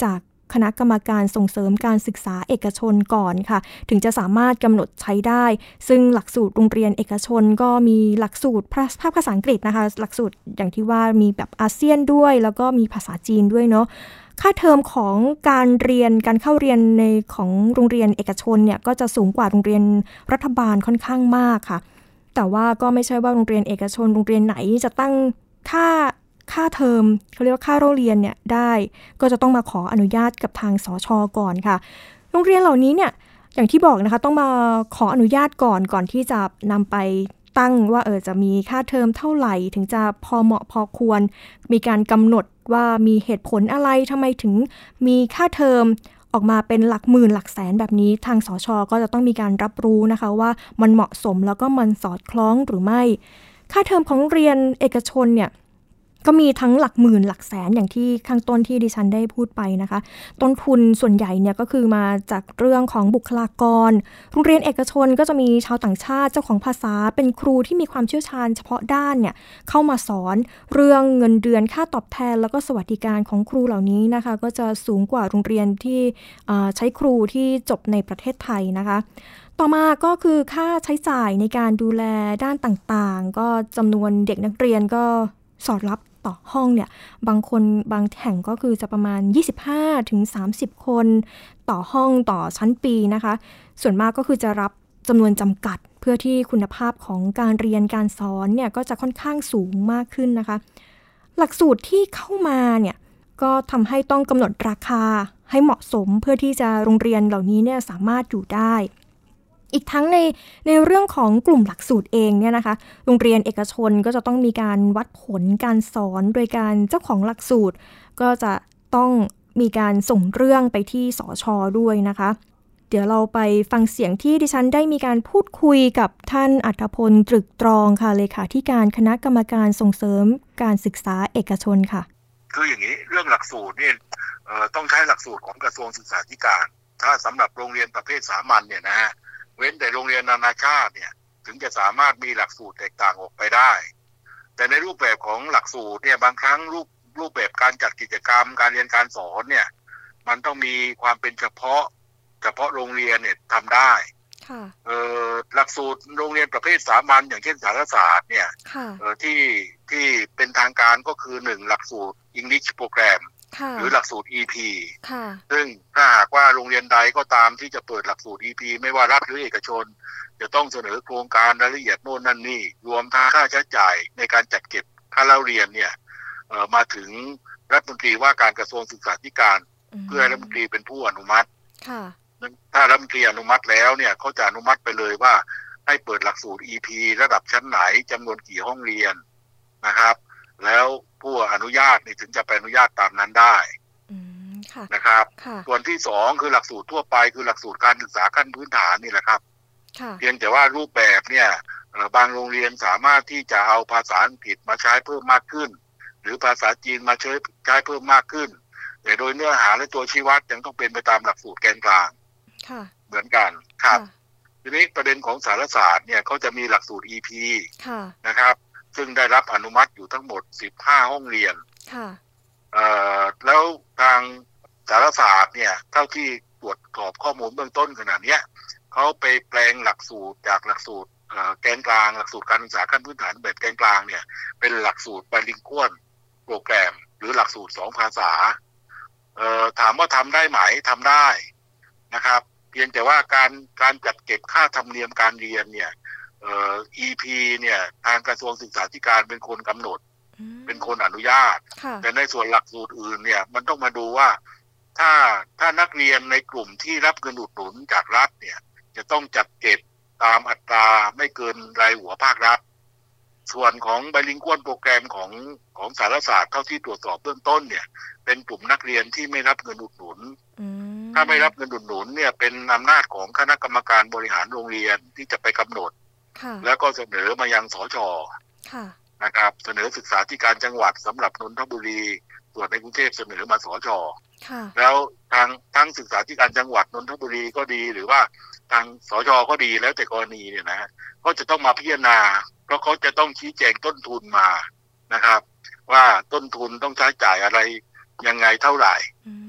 คณะกรรมการส่งเสริมการศึกษาเอกชนก่อนค่ะถึงจะสามารถกำหนดใช้ได้ซึ่งหลักสูตรโรงเรียนเอกชนก็มีหลักสูตรภาคภาษาอังกฤษนะคะหลักสูตรอย่างที่ว่ามีแบบอาเซียนด้วยแล้วก็มีภาษาจีนด้วยเนาะค่าเทอมของการเรียนการเข้าเรียนในของโรงเรียนเอกชนเนี่ยก็จะสูงกว่าโรงเรียนรัฐบาลค่อนข้างมากค่ะแต่ว่าก็ไม่ใช่ว่าโรงเรียนเอกชนโรงเรียนไหนจะตั้งค่าค่าเทอมเขาเรียกว่าค่าโรงเรียนเนี่ยได้ก็จะต้องมาขออนุญาตกับทางสช.ก่อนค่ะโรงเรียนเหล่านี้เนี่ยอย่างที่บอกนะคะต้องมาขออนุญาตก่อนก่อนที่จะนำไปตั้งว่าเออจะมีค่าเทอมเท่าไหร่ถึงจะพอเหมาะพอควรมีการกำหนดว่ามีเหตุผลอะไรทำไมถึงมีค่าเทอมออกมาเป็นหลักหมื่นหลักแสนแบบนี้ทางสช.ก็จะต้องมีการรับรู้นะคะว่ามันเหมาะสมแล้วก็มันสอดคล้องหรือไม่ค่าเทอมของโรงเรียนเอกชนเนี่ยก็มีทั้งหลักหมื่นหลักแสนอย่างที่ข้างต้นที่ดิฉันได้พูดไปนะคะต้นทุนส่วนใหญ่เนี่ยก็คือมาจากเรื่องของบุคลากรโรงเรียนเอกชนก็จะมีชาวต่างชาติเจ้าของภาษาเป็นครูที่มีความเชี่ยวชาญเฉพาะด้านเนี่ยเข้ามาสอนเรื่องเงินเดือนค่าตอบแทนแล้วก็สวัสดิการของครูเหล่านี้นะคะก็จะสูงกว่าโรงเรียนที่ใช้ครูที่จบในประเทศไทยนะคะต่อมาก็คือค่าใช้จ่ายในการดูแลด้านต่างๆก็จำนวนเด็กนักเรียนก็สอดรับต่อห้องเนี่ยบางคนบางแห่งก็คือจะประมาณ ยี่สิบห้าถึงสามสิบ คนต่อห้องต่อชั้นปีนะคะส่วนมากก็คือจะรับจำนวนจำกัดเพื่อที่คุณภาพของการเรียนการสอนเนี่ยก็จะค่อนข้างสูงมากขึ้นนะคะหลักสูตรที่เข้ามาเนี่ยก็ทำให้ต้องกำหนดราคาให้เหมาะสมเพื่อที่จะโรงเรียนเหล่านี้เนี่ยสามารถอยู่ได้อีกทั้งในในเรื่องของกลุ่มหลักสูตรเองเนี่ยนะคะโรงเรียนเอกชนก็จะต้องมีการวัดผลการสอนโดยการเจ้าของหลักสูตรก็จะต้องมีการส่งเรื่องไปที่สช.ด้วยนะคะเดี๋ยวเราไปฟังเสียงที่ดิฉันได้มีการพูดคุยกับท่านอัธพลตรึกตรองค่ะเลขาธิการคณะกรรมการส่งเสริมการศึกษาเอกชนค่ะคืออย่างนี้เรื่องหลักสูตรนี่เอ่อต้องใช้หลักสูตรของกระทรวงศึกษาธิการถ้าสำหรับโรงเรียนประเภทสามัญเนี่ยนะฮะเว้นแต่โรงเรียนนานาชาติเนี่ยถึงจะสามารถมีหลักสูตรแตกต่างออกไปได้แต่ในรูปแบบของหลักสูตรเนี่ยบางครั้งรูปรูปแบบการจัดกิจกรรมการเรียนการสอนเนี่ยมันต้องมีความเป็นเฉพาะเฉพาะโรงเรียนเนี่ยทำได้เอ่อหลักสูตรโรงเรียนประเภทสามัญอย่างเช่นสารศาสตร์เนี่ยเอ่อที่ที่เป็นทางการก็คือหนึ่งหลักสูตร English Programหรือหลักสูตร อี พี ซึ่งถ้าหากว่าโรงเรียนใดก็ตามที่จะเปิดหลักสูตร อี พี ไม่ว่ารัฐหรือเอกชนจะต้องเสนอโครงการรายละเอียดโน่นนั่นนี่รวมทั้งค่าใช้จ่ายในการจัดเก็บค่าเล่าเรียนเนี่ยเอ่อมาถึงรัฐมนตรีว่าการกระทรวงศึกษาธิการเพื่อรัฐมนตรีเป็นผู้อนุมัติถ้ารัฐมนตรีอนุมัติแล้วเนี่ยเขาจะอนุมัติไปเลยว่าให้เปิดหลักสูตร อี พี ระดับชั้นไหนจำนวนกี่ห้องเรียนนะครับแล้วผู้อนุญาตนี่ถึงจะไปอนุญาตตามนั้นได้นะครับส่วนที่สองคือหลักสูตรทั่วไปคือหลักสูตรการศึกษาขั้นพื้นฐานนี่แหละครับเพียงแต่ว่ารูปแบบเนี่ยบางโรงเรียนสามารถที่จะเอาภาษาอังกฤษมาใช้เพิ่มมากขึ้นหรือภาษาจีนมาใช้ใช้เพิ่มมากขึ้นแต่โดยเนื้อหาและตัวชี้วัดยังต้องเป็นไปตามหลักสูตรแกนกลางเหมือนกันครับทีนี้ประเด็นของสารศาสตร์เนี่ยเขาจะมีหลักสูตร อี พี นะครับซึ่งได้รับอนุมัติอยู่ทั้งหมดสิบห้าห้องเรียนเอ่อแล้วทางสารศาสตร์เนี่ยเท่าที่ตรวจสอบข้อมูลเบื้องต้นขนาดนี้เขาไปแปลงหลักสูตรจากหลักสูตรแกนกลางหลักสูตรการศึกษาขั้นพื้นฐานแบบแกนกลางเนี่ยเป็นหลักสูตร bilingual โปรแกรมหรือหลักสูตรสองภาษาเอ่อถามว่าทำได้ไหมทำได้นะครับเพียงแต่ว่าการการจัดเก็บค่าธรรมเนียมการเรียนเนี่ยเอ่อ อี พี เนี่ยทางกระทรวงศึกษาธิการเป็นคนกำหนดเป็นคนอนุญาตแต่ในส่วนหลักสูตรอื่นเนี่ยมันต้องมาดูว่าถ้าถ้านักเรียนในกลุ่มที่รับเงินอุดหนุนจากรัฐเนี่ยจะต้องจัดเก็บตามอัตราไม่เกินรายหัวภาครัฐส่วนของไบลิงกัวลโปรแกรมของของสารศาสตร์เท่าที่ตรวจสอบเบื้องต้นเนี่ยเป็นกลุ่มนักเรียนที่ไม่รับเงินอุดหนุนถ้าไม่รับเงินอุดหนุนเนี่ยเป็นอำนาจของคณะกรรมการบริหารโรงเรียนที่จะไปกำหนดแล้วก็เสนอมายังสช.นะครับเสนอศึกษาธิการจังหวัดสำหรับนนทบุรีส่วนในกรุงเทพเสนอมาสช.แล้วทางทั้งศึกษาธิการจังหวัดนนทบุรีก็ดีหรือว่าทางสช.ก็ดีแล้วแต่กรณีเนี่ยนะก็จะต้องมาพิจารณาเพราะเขาจะต้องชี้แจงต้นทุนมานะครับว่าต้นทุนต้องใช้จ่ายอะไรยังไงเท่าไหร่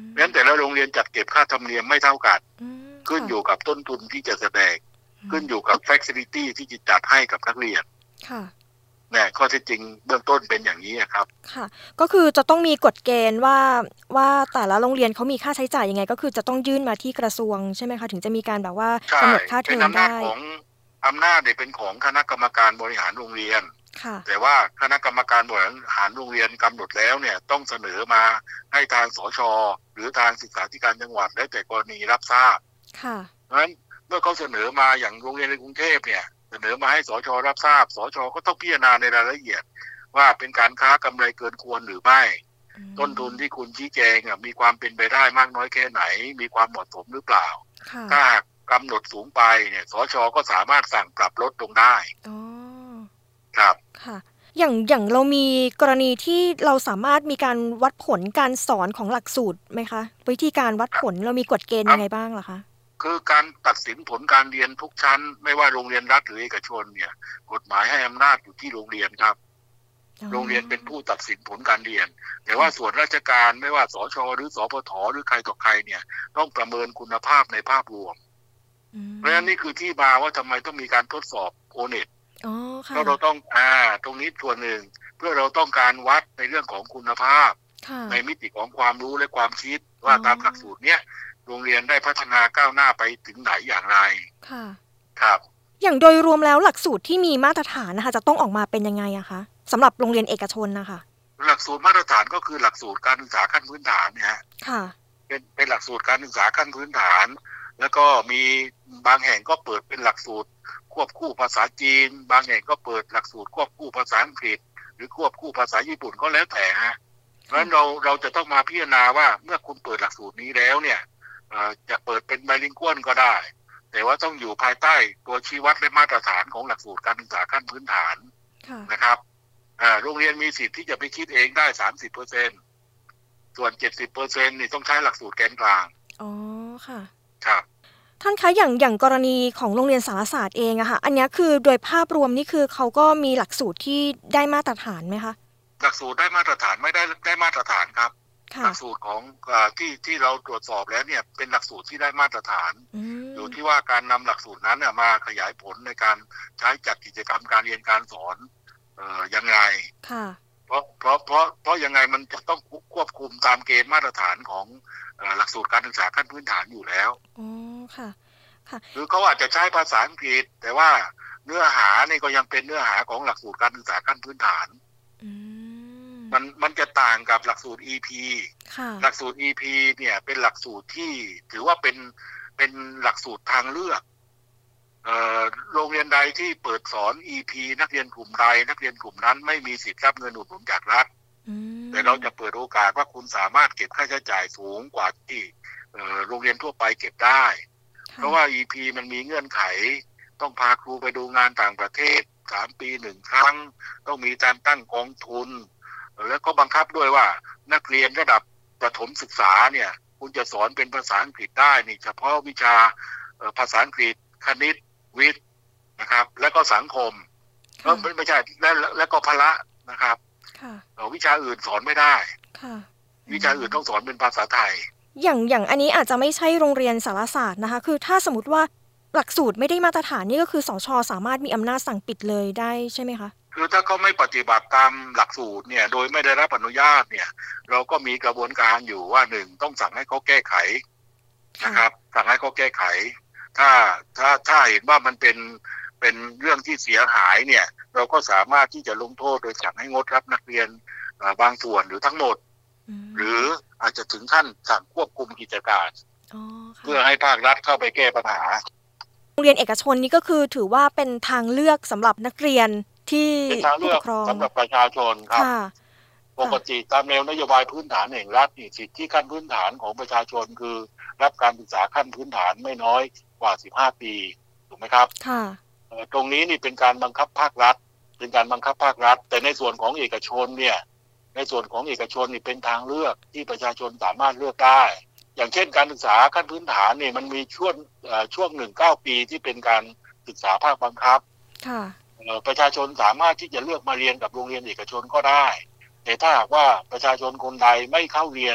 งั้นแต่ละโรงเรียนจัดเก็บค่าธรรมเนียมไม่เท่ากันขึ้นอยู่กับต้นทุนที่จะแสดงขึ้นอยู่กับ facility ที่จะจัดให้กับนักเรียนค่ะเนี่ยข้อเท็จจริงเบื้องต้นเป็นอย่างนี้ครับค่ะก็คือจะต้องมีกฎเกณฑ์ว่าว่าแต่ละโรงเรียนเขามีค่าใช้จ่ายยังไงก็คือจะต้องยื่นมาที่กระทรวงใช่ไหมคะถึงจะมีการแบบว่ากำหนดค่าเทอมได้เป็นอำนาจของอำนาจเนี่ยเป็นของคณะกรรมการบริหารโรงเรียนแต่ว่าคณะกรรมการบริหารโรงเรียนกำหนดแล้วเนี่ยต้องเสนอมาให้ทางสช.หรือทางศึกษาธิการจังหวัดและแต่กรณีรับทราบค่ะเพราะฉะนั้นเมื่อเขาเสนอมาอย่างโรงเรียนในกรุงเทพเนี่ยเสนอมาให้สช.รับทราบสช.ก็ต้องพิจารณาในรายละเอียดว่าเป็นการค้ากำไรเกินควรหรือไม่ต้นทุนที่คุณชี้แจงมีความเป็นไปได้มากน้อยแค่ไหนมีความเหมาะสมหรือเปล่าถ้ากำหนดสูงไปเนี่ยสช.ก็สามารถสั่งปรับลดลงได้อ๋อครับค่ะอย่างอย่างเรามีกรณีที่เราสามารถมีการวัดผลการสอนของหลักสูตรไหมคะวิธีการวัดผลเรามีกฎเกณฑ์ยังไงบ้างล่ะคะคือการตัดสินผลการเรียนทุกชั้นไม่ว่าโรงเรียนรัฐหรือเอกชนเนี่ยกฎหมายให้อำนาจอยู่ที่โรงเรียนครับโรงเรียนเป็นผู้ตัดสินผลการเรียนแต่ว่าส่วนราชการไม่ว่าสช.หรือสปท.หรือใครต่อใครเนี่ยต้องประเมินคุณภาพในภาพรวมเพราะฉะนั้นนี่คือที่มาว่าทำไมต้องมีการทดสอบโอเน็ตเพราะเราต้องอ่าตรงนี้ส่วนหนึ่งเพื่อเราต้องการวัดในเรื่องของคุณภาพในมิติของความรู้และความคิดว่าตามหลักสูตรเนี้ยโรงเรียนได้พัฒนาก้าวหน้าไปถึงไหนอย่างไรค่ะครับอย่างโดยรวมแล้วหลักสูตรที่มีมาตรฐานนะคะจะต้องออกมาเป็นยังไงอะคะสำหรับโรงเรียนเอกชนนะคะหลักสูตรมาตรฐานก็คือหลักสูตรการศึกษาขั้นพื้นฐานเนี่ยค่ะเป็นเป็นหลักสูตรการศึกษาขั้นพื้นฐานแล้วก็มีบางแห่งก็เปิดเป็นหลักสูตรควบคู่ภาษาจีนบางแห่งก็เปิดหลักสูตรควบคู่ภาษาอังกฤษหรือควบคู่ภาษาญี่ปุ่นก็แล้วแต่ฮะเพราะฉะนั้นเราเราจะต้องมาพิจารณาว่าเมื่อคุณเปิดหลักสูตรนี้แล้วเนี่ยจะเปิดเป็นไบลิงกัวลก็ได้แต่ว่าต้องอยู่ภายใต้ตัวชี้วัดและมาตรฐานของหลักสูตรการศึกษาขั้นพื้นฐานนะครับโรงเรียนมีสิทธิ์ที่จะไปคิดเองได้ สามสิบเปอร์เซ็นต์ ส่วน เจ็ดสิบเปอร์เซ็นต์ นี่ต้องใช้หลักสูตรแกนกลางอ๋อค่ะครับท่านคะอย่างอย่างกรณีของโรงเรียนสารศาสตร์เองอะค่ะอันนี้คือโดยภาพรวมนี่คือเขาก็มีหลักสูตรที่ได้มาตรฐานไหมคะหลักสูตรได้มาตรฐานไม่ได้ได้มาตรฐานครับหลักสูตรของที่ที่เราตรวจสอบแล้วเนี่ยเป็นหลักสูตรที่ได้มาตรฐานอยู่ที่ว่าการนำหลักสูตรนั้นเนี่ยมาขยายผลในการใช้จัดกิจกรรมการเรียนการสอนเอ่อยังไงค่ะเพราะเพราะเพราะเพราะยังไงมันจะต้องควบคุมตามเกณฑ์มาตรฐานของหลักสูตรการศึกษาขั้นพื้นฐานอยู่แล้วอ๋อค่ะหรือเขาอาจจะใช้ภาษาอังกฤษแต่ว่าเนื้อหานี่ก็ยังเป็นเนื้อหาของหลักสูตรการศึกษาขั้นพื้นฐานมันมันจะต่างกับหลักสูตร อี พี หลักสูตร อี พี เนี่ยเป็นหลักสูตรที่ถือว่าเป็นเป็นหลักสูตรทางเลือกเอ่อโรงเรียนใดที่เปิดสอน อี พี นักเรียนกลุ่มใดนักเรียนกลุ่มนั้นไม่มีสิทธิ์รับเงินอุดหนุนจากรัฐแต่เราจะเปิดโอกาสว่าคุณสามารถเก็บค่าใช้จ่ายสูงกว่าที่โรงเรียนทั่วไปเก็บได้เพราะว่า อี พี มันมีเงื่อนไขต้องพาครูไปดูงานต่างประเทศสามปีหนึ่งครั้งต้องมีการตั้งกองทุนแล้วก็บังคับด้วยว่านักเรียนระดับประถมศึกษาเนี่ยคุณจะสอนเป็นภาษาอังกฤษได้นี่เฉพาะวิชาภาษาอังกฤษคณิตวิทย์นะครับแล้วก็สังคมแล้วไม่ใช่แล้วแล้วก็พละนะครับวิชาอื่นสอนไม่ได้วิชาอื่นต้องสอนเป็นภาษาไทยอย่างอย่างอันนี้อาจจะไม่ใช่โรงเรียนสารศาสตร์นะคะคือถ้าสมมติว่าหลักสูตรไม่ได้มาตรฐานนี่ก็คือสช.สามารถมีอำนาจสั่งปิดเลยได้ใช่ไหมคะคือถ้าเขาไม่ปฏิบัติตามหลักสูตรเนี่ยโดยไม่ได้รับอนุญาตเนี่ยเราก็มีกระบวนการอยู่ว่าหนึ่งต้องสั่งให้เขาแก้ไขนะครับสั่งให้เขาแก้ไขถ้าถ้าถ้าเห็นว่ามันเป็นเป็นเรื่องที่เสียหายเนี่ยเราก็สามารถที่จะลงโทษโดยสั่งให้งดรับนักเรียนบางส่วนหรือทั้งหมดหรืออาจจะถึงขั้นสั่งควบคุมกิจการเพื่อให้ภาครัฐเข้าไปแก้ปัญหาโรงเรียนเอกชนนี่ก็คือถือว่าเป็นทางเลือกสำหรับนักเรียนที่ผู้ปกครองสำหรับประชาชนครับปกติตามแนวนโยบายพื้นฐานแห่งรัฐนี่สิทธิขั้นพื้นฐานของประชาชนคือรับการศึกษาขั้นพื้นฐานไม่น้อยกว่าสิบห้าปีถูกไหมครับค่ะตรงนี้นี่เป็นการบังคับภาครัฐเป็นการบังคับภาครัฐแต่ในส่วนของเอกชนเนี่ยในส่วนของเอกชนนี่เป็นทางเลือกที่ประชาชนสามารถเลือกได้อย่างเช่นการศึกษาขั้นพื้นฐานนี่มันมีช่วงช่วงหนึ่งเก้าปีที่เป็นการศึกษาภาคบังคับค่ะประชาชนสามารถที่จะเลือกมาเรียนกับโรงเรียนเอกชนก็ได้แต่ถ้าหากว่าประชาชนคนใดไม่เข้าเรียน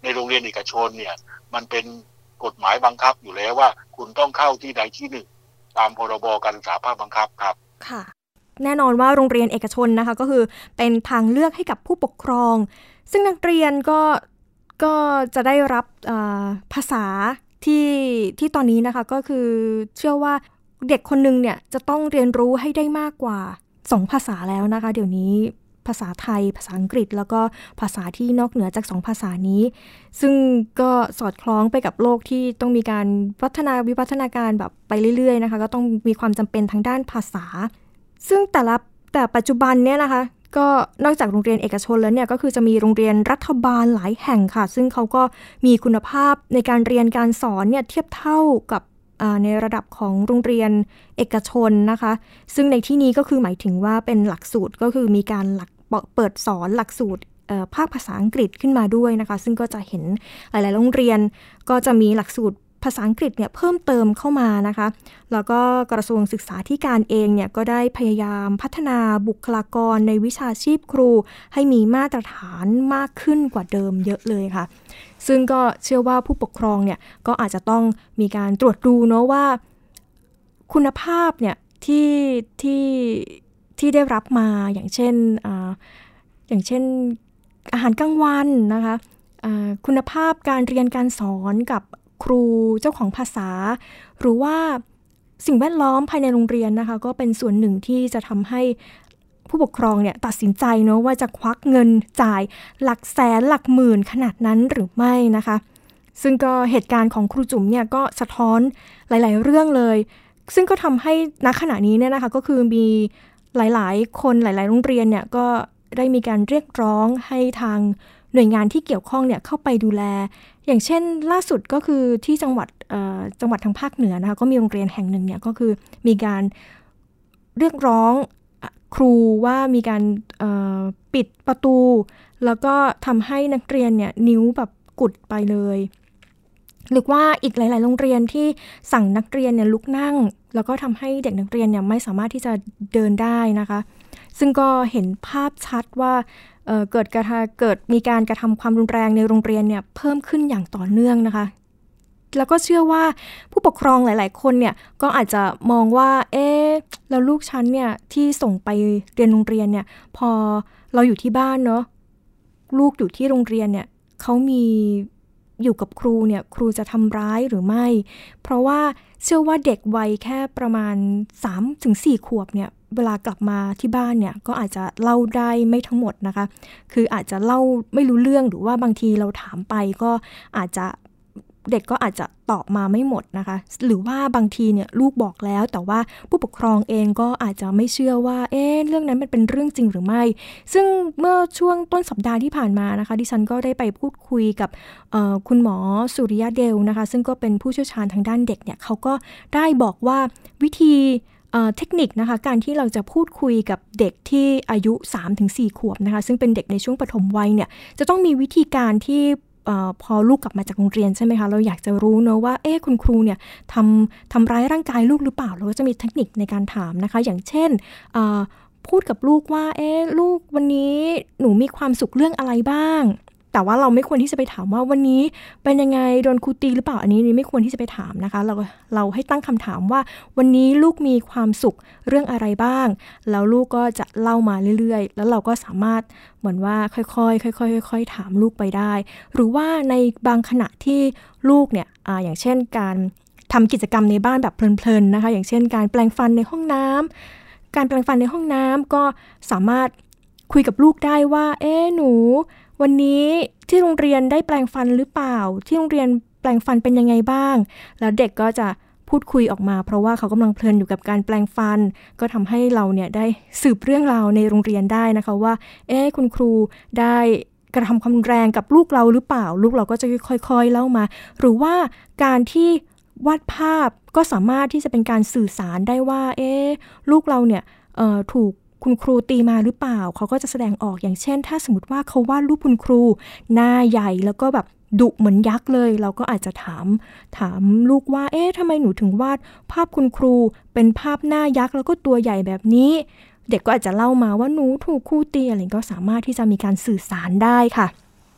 ในโรงเรียนเอกชนเนี่ยมันเป็นกฎหมายบังคับอยู่แล้วว่าคุณต้องเข้าที่ใดที่หนึ่งตามพรบการศึกษาภาคบังคับครับค่ะแน่นอนว่าโรงเรียนเอกชนนะคะก็คือเป็นทางเลือกให้กับผู้ปกครองซึ่งนักเรียนก็ก็จะได้รับภาษาที่ที่ตอนนี้นะคะก็คือเชื่อว่าเด็กคนนึงเนี่ยจะต้องเรียนรู้ให้ได้มากกว่าสองภาษาแล้วนะคะเดี๋ยวนี้ภาษาไทยภาษาอังกฤษแล้วก็ภาษาที่นอกเหนือจากสองภาษานี้ซึ่งก็สอดคล้องไปกับโลกที่ต้องมีการพัฒนาวิวัฒนาการแบบไปเรื่อยๆนะคะก็ต้องมีความจำเป็นทางด้านภาษาซึ่งแต่ละแต่ปัจจุบันเนี่ยนะคะก็นอกจากโรงเรียนเอกชนแล้วเนี่ยก็คือจะมีโรงเรียนรัฐบาลหลายแห่งค่ะซึ่งเขาก็มีคุณภาพในการเรียนการสอนเนี่ยเทียบเท่ากับในระดับของโรงเรียนเอกชนนะคะซึ่งในที่นี้ก็คือหมายถึงว่าเป็นหลักสูตรก็คือมีการหลักเปิดสอนหลักสูตรภาคภาษาอังกฤษขึ้นมาด้วยนะคะซึ่งก็จะเห็นหลายๆโรงเรียนก็จะมีหลักสูตรภาษาอังกฤษเนี่ยเพิ่มเติมเข้ามานะคะแล้วก็กระทรวงศึกษาธิการเองเนี่ยก็ได้พยายามพัฒนาบุคลากรในวิชาชีพครูให้มีมาตรฐานมากขึ้นกว่าเดิมเยอะเลยค่ะซึ่งก็เชื่อว่าผู้ปกครองเนี่ยก็อาจจะต้องมีการตรวจดูเนาะว่าคุณภาพเนี่ยที่ที่ที่ได้รับมาอย่างเช่นอ่าอย่างเช่นอาหารกลางวันนะคะอ่าคุณภาพการเรียนการสอนกับครูเจ้าของภาษาหรือว่าสิ่งแวดล้อมภายในโรงเรียนนะคะก็เป็นส่วนหนึ่งที่จะทำให้ผู้ปกครองเนี่ยตัดสินใจเนาะว่าจะควักเงินจ่ายหลักแสนหลักหมื่นขนาดนั้นหรือไม่นะคะซึ่งก็เหตุการณ์ของครูจุ๋มเนี่ยก็สะท้อนหลายๆเรื่องเลยซึ่งก็ทำให้ณขณะนี้เนี่ยนะคะก็คือมีหลายๆคนหลายๆโรงเรียนเนี่ยก็ได้มีการเรียกร้องให้ทางหน่วยงานที่เกี่ยวข้องเนี่ยเข้าไปดูแลอย่างเช่นล่าสุดก็คือที่จังหวัดจังหวัดทางภาคเหนือนะคะก็มีโรงเรียนแห่งหนึ่งเนี่ยก็คือมีการเรียกร้องครูว่ามีการปิดประตูแล้วก็ทำให้นักเรียนเนี่ยนิ้วแบบกุดไปเลยหรือว่าอีกหลายๆโรงเรียนที่สั่งนักเรียนเนี่ยลุกนั่งแล้วก็ทำให้เด็กนักเรียนเนี่ยไม่สามารถที่จะเดินได้นะคะซึ่งก็เห็นภาพชัดว่า เอ่อ เกิดกระทาเกิดมีการกระทำความรุนแรงในโรงเรียนเนี่ยเพิ่มขึ้นอย่างต่อเนื่องนะคะแล้วก็เชื่อว่าผู้ปกครองหลายๆคนเนี่ยก็อาจจะมองว่าเอ๊ะแล้วลูกฉันเนี่ยที่ส่งไปเรียนโรงเรียนเนี่ยพอเราอยู่ที่บ้านเนาะลูกอยู่ที่โรงเรียนเนี่ยเขามีอยู่กับครูเนี่ยครูจะทำร้ายหรือไม่เพราะว่าเชื่อว่าเด็กวัยแค่ประมาณ สามถึงสี่ ขวบเนี่ยเวลากลับมาที่บ้านเนี่ยก็อาจจะเล่าได้ไม่ทั้งหมดนะคะคืออาจจะเล่าไม่รู้เรื่องหรือว่าบางทีเราถามไปก็อาจจะเด็กก็อาจจะตอบมาไม่หมดนะคะหรือว่าบางทีเนี่ยลูกบอกแล้วแต่ว่าผู้ปกครองเองก็อาจจะไม่เชื่อว่าเอ๊ะเรื่องนั้นมันเป็นเรื่องจริงหรือไม่ซึ่งเมื่อช่วงต้นสัปดาห์ที่ผ่านมานะคะดิฉันก็ได้ไปพูดคุยกับคุณหมอสุริยะเดลนะคะซึ่งก็เป็นผู้เชี่ยวชาญทางด้านเด็กเนี่ยเขาก็ได้บอกว่าวิธีเทคนิคนะคะการที่เราจะพูดคุยกับเด็กที่อายุ สามถึงสี่ ขวบนะคะซึ่งเป็นเด็กในช่วงปฐมวัยเนี่ยจะต้องมีวิธีการที่พอลูกกลับมาจากโรงเรียนใช่ไหมคะเราอยากจะรู้เนอะว่าเอ๊ะคุณครูเนี่ยทำทำร้ายร่างกายลูกหรือเปล่าเราก็จะมีเทคนิคในการถามนะคะอย่างเช่นพูดกับลูกว่าเอ๊ะลูกวันนี้หนูมีความสุขเรื่องอะไรบ้างแต่ว่าเราไม่ควรที่จะไปถามว่าวันนี้เป็นยังไงโดนครูตีหรือเปล่าอันนี้ไม่ควรที่จะไปถามนะคะเราเราให้ตั้งคำถามว่าวันนี้ลูกมีความสุขเรื่องอะไรบ้างแล้วลูกก็จะเล่ามาเรื่อยๆแล้วเราก็สามารถเหมือนว่าค่อยๆค่อยๆค่อยๆถามลูกไปได้หรือว่าในบางขณะที่ลูกเนี่ย อ, อย่างเช่นการทำกิจกรรมในบ้านแบบเพลินๆนะคะอย่างเช่นการแปรงฟันในห้องน้ำการแปรงฟันในห้องน้ำก็สามารถคุยกับลูกได้ว่าเอ๊ะหนูวันนี้ที่โรงเรียนได้แปรงฟันหรือเปล่าที่โรงเรียนแปรงฟันเป็นยังไงบ้างแล้วเด็กก็จะพูดคุยออกมาเพราะว่าเขากำลังเพลินอยู่กับการแปรงฟันก็ทำให้เราเนี่ยได้สืบเรื่องราวในโรงเรียนได้นะคะว่าเอ๊ะคุณครูได้กระทำความรุนแรงกับลูกเราหรือเปล่าลูกเราก็จะค่อยๆเล่ามาหรือว่าการที่วาดภาพก็สามารถที่จะเป็นการสื่อสารได้ว่าเอ๊ะลูกเราเนี่ยเอ่อถูกคุณครูตีมาหรือเปล่าเขาก็จะแสดงออกอย่างเช่นถ้าสมมติว่าเขาวาดรูปคุณครูหน้าใหญ่แล้วก็แบบดุเหมือนยักษ์เลยเราก็อาจจะถามถามลูกว่าเอ๊ะทำไมหนูถึงวาดภาพคุณครูเป็นภาพหน้ายักษ์แล้วก็ตัวใหญ่แบบนี้เด็กก็อาจจะเล่ามาว่าหนูถูกครูตีอะไรก็สามารถที่จะมีการสื่อสารได้ค่ะ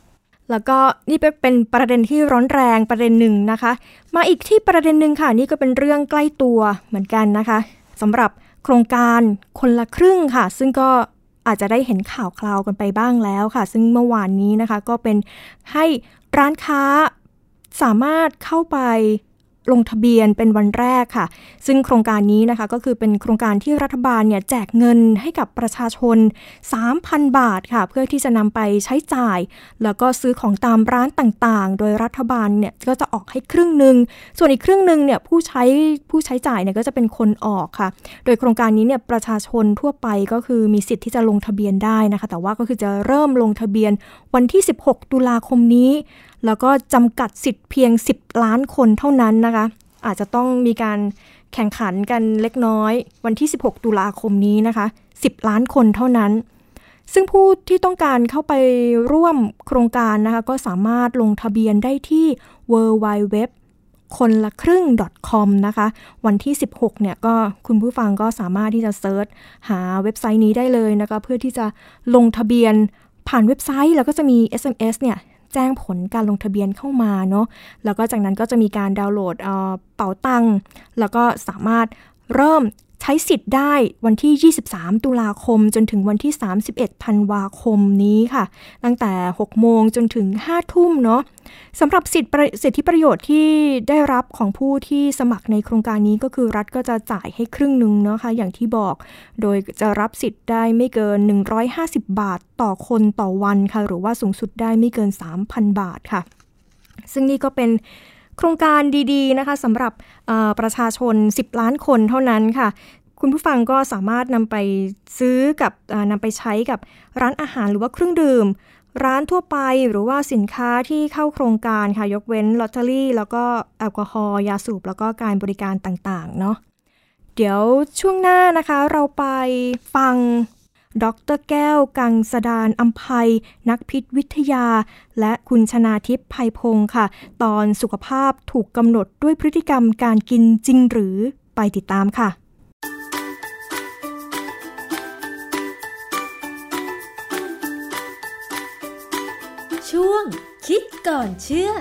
แล้วก็นี่เป็นประเด็นที่ร้อนแรงประเด็นหนึ่งนะคะมาอีกที่ประเด็นหนึ่งค่ะนี่ก็เป็นเรื่องใกล้ตัวเหมือนกันนะคะสำหรับโครงการคนละครึ่งค่ะซึ่งก็อาจจะได้เห็นข่าวคราวกันไปบ้างแล้วค่ะซึ่งเมื่อวานนี้นะคะก็เป็นให้ร้านค้าสามารถเข้าไปลงทะเบียนเป็นวันแรกค่ะซึ่งโครงการนี้นะคะก็คือเป็นโครงการที่รัฐบาลเนี่ยแจกเงินให้กับประชาชน สามพัน บาทค่ะเพื่อที่จะนำไปใช้จ่ายแล้วก็ซื้อของตามร้านต่างๆโดยรัฐบาลเนี่ยก็จะออกให้ครึ่งนึงส่วนอีกครึ่งนึงเนี่ยผู้ใช้ผู้ใช้จ่ายเนี่ยก็จะเป็นคนออกค่ะโดยโครงการนี้เนี่ยประชาชนทั่วไปก็คือมีสิทธิ์ที่จะลงทะเบียนได้นะคะแต่ว่าก็คือจะเริ่มลงทะเบียนวันที่สิบหกตุลาคมนี้แล้วก็จำกัดสิทธิ์เพียงสิบล้านคนเท่านั้นนะคะอาจจะต้องมีการแข่งขันกันเล็กน้อยวันที่สิบหกตุลาคมนี้นะคะสิบล้านคนเท่านั้นซึ่งผู้ที่ต้องการเข้าไปร่วมโครงการนะคะก็สามารถลงทะเบียนได้ที่ ดับเบิลยู ดับเบิลยู ดับเบิลยู ดอท คนละครึ่ง ดอท คอม นะคะวันที่สิบหกเนี่ยก็คุณผู้ฟังก็สามารถที่จะเซิร์ชหาเว็บไซต์นี้ได้เลยนะคะเพื่อที่จะลงทะเบียนผ่านเว็บไซต์แล้วก็จะมี เอส เอ็ม เอส เนี่ยแจ้งผลการลงทะเบียนเข้ามาเนาะแล้วก็จากนั้นก็จะมีการดาวน์โหลดเอ่อเป๋าตังค์แล้วก็สามารถเริ่มใช้สิทธิ์ได้วันที่ยี่สิบสามตุลาคมจนถึงวันที่สามสิบเอ็ดธันวาคมนี้ค่ะตั้งแต่หกโมงจนถึงห้าทุ่มเนาะสำหรับสิทธิสิทธิประโยชน์ที่ได้รับของผู้ที่สมัครในโครงการนี้ก็คือรัฐก็จะจ่ายให้ครึ่งนึงเนาะค่ะอย่างที่บอกโดยจะรับสิทธิ์ได้ไม่เกินหนึ่งร้อยห้าสิบบาทต่อคนต่อวันค่ะหรือว่าสูงสุดได้ไม่เกิน สามพัน บาทค่ะซึ่งนี่ก็เป็นโครงการดีๆนะคะสำหรับประชาชนสิบล้านคนเท่านั้นค่ะคุณผู้ฟังก็สามารถนำไปซื้อกับนำไปใช้กับร้านอาหารหรือว่าเครื่องดื่มร้านทั่วไปหรือว่าสินค้าที่เข้าโครงการค่ะยกเว้นลอตเตอรี่แล้วก็แอลกอฮอล์ยาสูบแล้วก็การบริการต่างๆเนาะเดี๋ยวช่วงหน้านะคะเราไปฟังดร.แก้วกังสดาลอำไพนักพิษวิทยาและคุณชนาทิพย์ไพพงศ์ค่ะตอนสุขภาพถูกกำหนดด้วยพฤติกรรมการกินจริงหรือไปติดตามค่ะช่วงคิดก่อนเชื่อ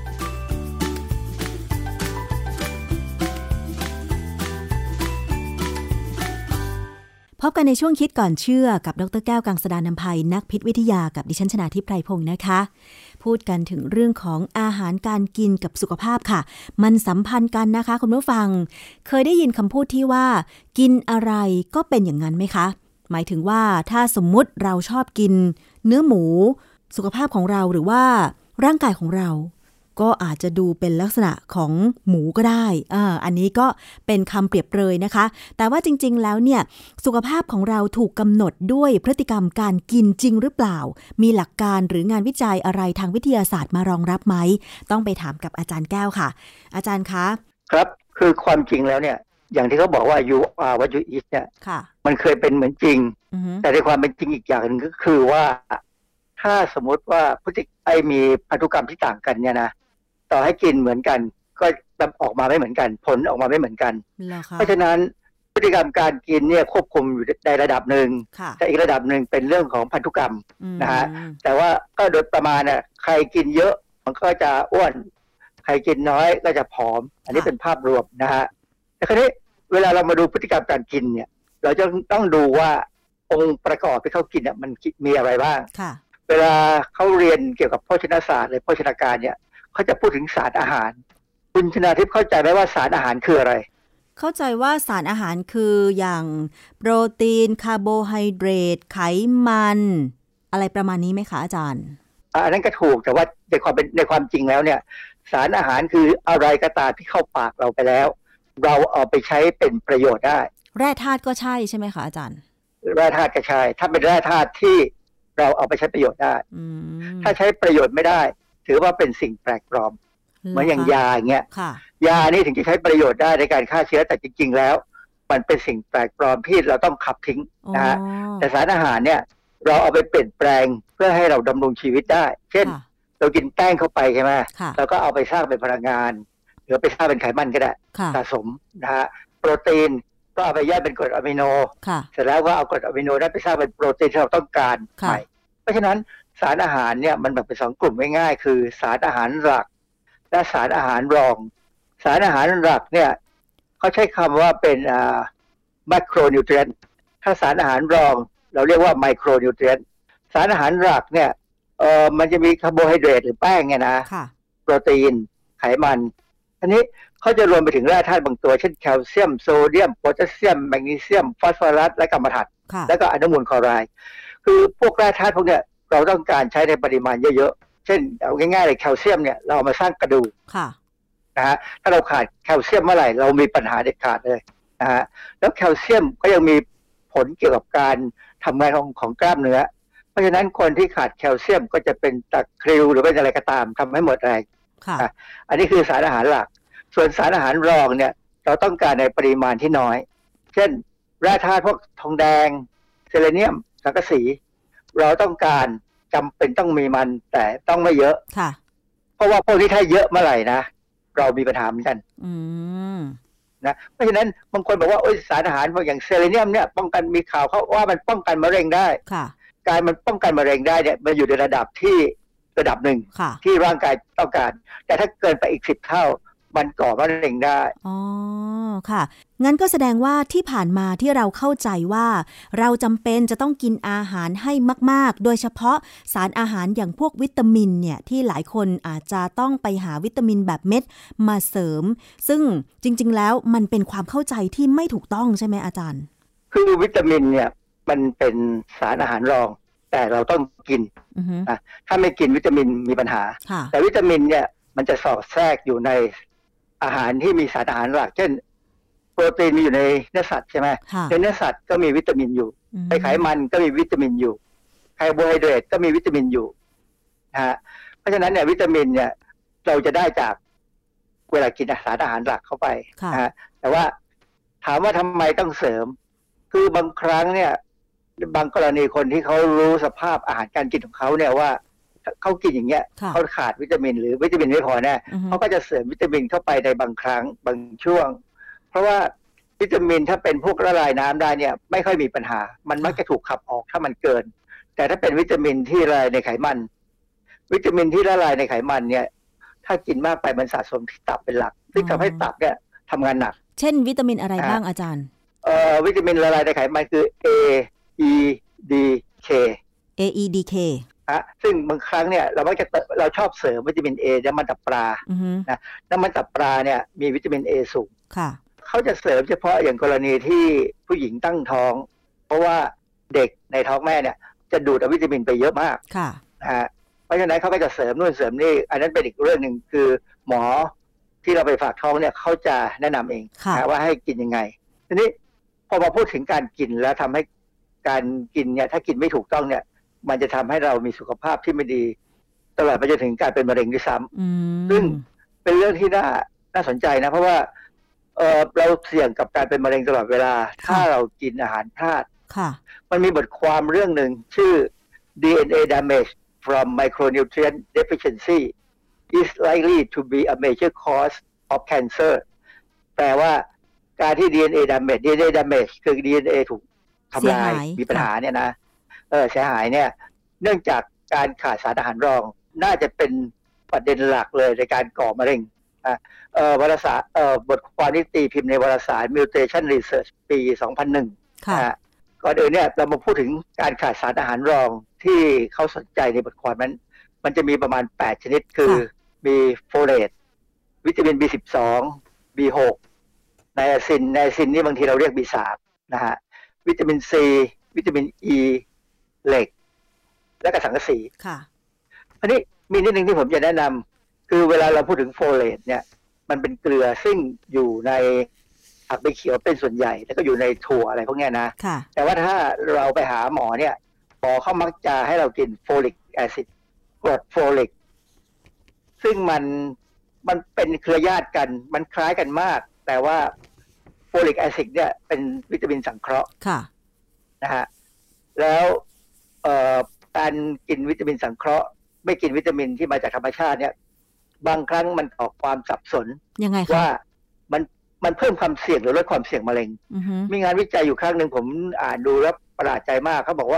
พบกันในช่วงคิดก่อนเชื่อกับดร.แก้วกังสดาลอำไพนักพิษวิทยากับดิฉันชนาทิพย์ไพพงศ์นะคะพูดกันถึงเรื่องของอาหารการกินกับสุขภาพค่ะมันสัมพันธ์กันนะคะคุณผู้ฟังเคยได้ยินคำพูดที่ว่ากินอะไรก็เป็นอย่างนั้นไหมคะหมายถึงว่าถ้าสมมุติเราชอบกินเนื้อหมูสุขภาพของเราหรือว่าร่างกายของเราก็อาจจะดูเป็นลักษณะของหมูก็ได้อ่าอันนี้ก็เป็นคำเปรียบเปรยนะคะแต่ว่าจริงๆแล้วเนี่ยสุขภาพของเราถูกกำหนดด้วยพฤติกรรมการกินจริงหรือเปล่ามีหลักการหรืองานวิจัยอะไรทางวิทยาศาสตร์มารองรับไหมต้องไปถามกับอาจารย์แก้วค่ะอาจารย์คะครับคือความจริงแล้วเนี่ยอย่างที่เขาบอกว่า you are what you eat เนี่ยมันเคยเป็นเหมือนจริง uh-huh. แต่ในความเป็นจริงอีกอย่างนึงก็คือว่าถ้าสมมติว่าพฤติไอมีพันธุกรรมที่ต่างกันเนี่ยนะต่อให้กินเหมือนกันก็ออกมาไม่เหมือนกันผลออกมาไม่เหมือนกันเพราะฉะนั้นพฤติกรรมการกินเนี่ยควบคุมอยู่ในระดับหนึ่งแต่อีกระดับหนึ่งเป็นเรื่องของพันธุกรรมนะฮะแต่ว่าก็โดยประมาณน่ะใครกินเยอะมันก็จะอ้วนใครกินน้อยก็จะผอมอันนี้เป็นภาพรวมนะฮะแต่คราวนี้เวลาเรามาดูพฤติกรรมการกินเนี่ยเราจะต้องดูว่าองค์ประกอบที่เขากินเนี่ยมันมีอะไรบ้างเวลาเขาเรียนเกี่ยวกับโภชนาศาสตร์หรือโภชนาการเนี่ยเขาจะพูดถึงสารอาหารคุณชนาทิพย์เข้าใจไหมว่าสารอาหารคืออะไรเข้าใจว่าสารอาหารคืออย่างโปรตีนคาร์โบไฮเดรตไขมันอะไรประมาณนี้ไหมคะอาจารย์อันนั้นก็ถูกแต่ว่าในความเป็นในความจริงแล้วเนี่ยสารอาหารคืออะไรก็ตามที่เข้าปากเราไปแล้วเราเอาไปใช้เป็นประโยชน์ได้แร่ธาตุก็ใช่ใช่ไหมคะอาจารย์แร่ธาตุก็ใช่ถ้าเป็นแร่ธาตุที่เราเอาไปใช้ประโยชน์ได้ถ้าใช้ประโยชน์ไม่ได้ถือว่าเป็นสิ่งแปลกปลอมเหมือนอย่างยาอย่างเงี้ยยานี่ถึงจะใช้ประโยชน์ได้ในการฆ่าเชื้อแต่จริงๆแล้วมันเป็นสิ่งแปลกปลอมที่เราต้องขับทิ้งนะฮะแต่สารอาหารเนี่ยเราเอาไปเปลี่ยนแปลงเพื่อให้เราดำรงชีวิตได้เช่นเรากินแป้งเข้าไปใช่ไหมเราก็เอาไปสร้างเป็นพลังงานหรือไปสร้างเป็นไขมันก็ได้สะสมนะฮะโปรตีนก็เอาไปย่อยเป็นกรดอะมิโนเสร็จแล้วก็เอากรดอะมิโนนั้นไปสร้างเป็นโปรตีนที่เราต้องการใหม่เพราะฉะนั้นสารอาหารเนี่ยมันแบ่งเป็นสองกลุ่มง่ายๆคือสารอาหารหลักและสารอาหารรองสารอาหารหลักเนี่ยเขาใช้คำว่าเป็นอ่าไมโครนิวเทรียนต์ถ้าสารอาหารรองเราเรียกว่าไมโครนิวเทรียนต์สารอาหารหลักเนี่ยเอ่อมันจะมีคาร์โบไฮเดรตหรือแป้งเนี่ยนะโปรตีนไขมันอันนี้เขาจะรวมไปถึงแร่ธาตุบางตัวเช่นแคลเซียมโซเดียมโพแทสเซียมแมกนีเซียมฟอสฟอรัสและกัมมันถันแล้วก็อนุมูลคลอไรด์คือพวกแร่ธาตุพวกเนี้ยเราต้องการใช้ในปริมาณเยอะๆเช่นเอาง่ายๆเลยแคลเซียมเนี่ยเราเอามาสร้างกระดูกนะฮะถ้าเราขาดแคลเซียมเมื่อไหร่เรามีปัญหาเด็ดขาดเลยนะฮะแล้วแคลเซียมก็ยังมีผลเกี่ยวกับการทำงานของของกล้ามเนื้อเพราะฉะนั้นคนที่ขาดแคลเซียมก็จะเป็นตะคริวหรือเป็นอะไรก็ตามทำให้หมดแรงอันนี้คือสารอาหารหลักส่วนสารอาหารรองเนี่ยเราต้องการในปริมาณที่น้อยเช่นแร่ธาตุพวกทองแดงเซเลเนียมสังกะสีเราต้องการจำเป็นต้องมีมันแต่ต้องไม่เยอะค่ะเพราะว่าพวกที่ถ้าเยอะเมื่อไหร่นะเรามีปัญหาเหมือนกันนะเพราะฉะนั้นบางคนบอกว่าโอ้ยสารอาหารบางอย่างเซเลเนียมเนี่ยป้องกันมีข่าวเขาว่ามันป้องกันมะเร็งได้การมันป้องกันมะเร็งได้เนี่ยมันอยู่ในระดับที่ระดับหนึ่งที่ร่างกายต้องการแต่ถ้าเกินไปอีกสิบเท่ามันก่อมะเร็งได้อ๋อค่ะงั้นก็แสดงว่าที่ผ่านมาที่เราเข้าใจว่าเราจำเป็นจะต้องกินอาหารให้มากๆโดยเฉพาะสารอาหารอย่างพวกวิตามินเนี่ยที่หลายคนอาจจะต้องไปหาวิตามินแบบเม็ดมาเสริมซึ่งจริงๆแล้วมันเป็นความเข้าใจที่ไม่ถูกต้องใช่ไหมอาจารย์คือวิตามินเนี่ยมันเป็นสารอาหารรองแต่เราต้องกินนะถ้าไม่กินวิตามินมีปัญหาแต่วิตามินเนี่ยมันจะสอดแทรกอยู่ในอาหารที่มีสารอาหารหลักเช่นโปรตีนมีอยู่ในเนื้อสัตว์ใช่ไหมในเนื้อสัตว์ก็มีวิตามินอยู่ในไขมันก็มีวิตามินอยู่คาร์โบไฮเดรตก็มีวิตามินอยู่นะฮะเพราะฉะนั้นเนี่ยวิตามินเนี่ยเราจะได้จากเวลากินสารอาหารหลักเข้าไปนะฮะแต่ว่าถามว่าทำไมต้องเสริมคือบางครั้งเนี่ยบางกรณีคนที่เขารู้สภาพอาหารการกินของเขาเนี่ยว่าเขากินอย่างเงี้ยเขาขาดวิตามินหรือวิตามินไม่พอแน่เขาก็จะเสริมวิตามินเข้าไปในบางครั้งบางช่วงเพราะว่าวิตามินถ้าเป็นพวกละลายน้ำได้เนี่ยไม่ค่อยมีปัญหามันมักจะถูกขับออกถ้ามันเกินแต่ถ้าเป็นวิตามินที่ละลายในไขมันวิตามินที่ละลายในไขมันเนี่ยถ้ากินมากไปมันสะสมที่ตับเป็นหลักซึ่งทำให้ตับเนี่ยทำงานหนักเช่นวิตามินอะไรบ้างอาจารย์เอ่อวิตามินละลายในไขมันคือ A E D K A E D K อะซึ่งบางครั้งเนี่ยเรามักจะเราชอบเสริมวิตามิน A น้ำมันตับปลานะน้ำมันตับปลาเนี่ยมีวิตามิน A สูงค่ะเขาจะเสริมเฉพาะอย่างกรณีที่ผู้หญิงตั้งท้องเพราะว่าเด็กในท้องแม่เนี่ยจะดูดเอาวิตามินไปเยอะมากค่ะนะฮะเพราะฉะนั้นเขาก็จะเสริมนู่นเสริมนี่อันนั้นเป็นอีกเรื่องนึงคือหมอที่เราไปฝากท้องเนี่ยเขาจะแนะนำเองนะว่าให้กินยังไงทีนี้พอมาพูดถึงการกินแล้วทำให้การกินเนี่ยถ้ากินไม่ถูกต้องเนี่ยมันจะทำให้เรามีสุขภาพที่ไม่ดีตลอดไปจนถึงการเป็นมะเร็งด้วยซ้ำซึ่งเป็นเรื่องที่น่าน่าสนใจนะเพราะว่าเออเราเสี่ยงกับการเป็นมะเร็งตลอดเวลาถ้าเรากินอาหารพลาดมันมีบทความเรื่องหนึ่งชื่อ ดี เอ็น เอ damage from micronutrient deficiency is likely to be a major cause of cancer แปลว่าการที่ ดี เอ็น เอ damage ดี เอ็น เอ damage คือ ดี เอ็น เอ ถูกทำลายมีปัญหาเนี่ยนะเออเสียหายเนี่ยเนื่องจากการขาดสารอาหารรองน่าจะเป็นประเด็นหลักเลยในการก่อมะเร็งอ่ะเอ่อวารสารเอ่อบทความที่ตีพิมพ์ในวารสาร Mutation Research ปี สองพันหนึ่งค่ะก่อนอื่นเนี่ยเรามาพูดถึงการขาดสารอาหารรองที่เขาสนใจในบทความนั้นมันจะมีประมาณแปดชนิดคือมีโฟเลตวิตามิน บี สิบสอง บี หก ไนอาซินไนอาซินนี่บางทีเราเรียก บี สาม นะฮะวิตามิน C วิตามิน E เหล็กและก็สังกะสีค่ะอันนี้มีนิดนึงที่ผมจะแนะนำคือเวลาเราพูดถึงโฟเลตเนี่ยมันเป็นเกลือซึ่งอยู่ในผักใบเขียวเป็นส่วนใหญ่แล้วก็อยู่ในถั่วอะไรพวกนี้นะแต่ว่าถ้าเราไปหาหมอเนี่ยหมอเขามักจะให้เรากินโฟลิกแอซิดกรดโฟลิกซึ่งมันมันเป็นเครือญาติกันมันคล้ายกันมากแต่ว่าโฟลิกแอซิดเนี่ยเป็นวิตามินสังเคราะห์นะฮะแล้วเอ่อการกินวิตามินสังเคราะห์ไม่กินวิตามินที่มาจากธรรมชาติเนี่ยบางครั้งมันออกความสับสนยังไงว่ามันมันเพิ่มความเสี่ยงหรือลดความเสี่ยงมะเร็งมีงานวิจัยอยู่ครั้งหนึ่งผมอ่านดูแล้วประหลาดใจมากเขาบอกว่า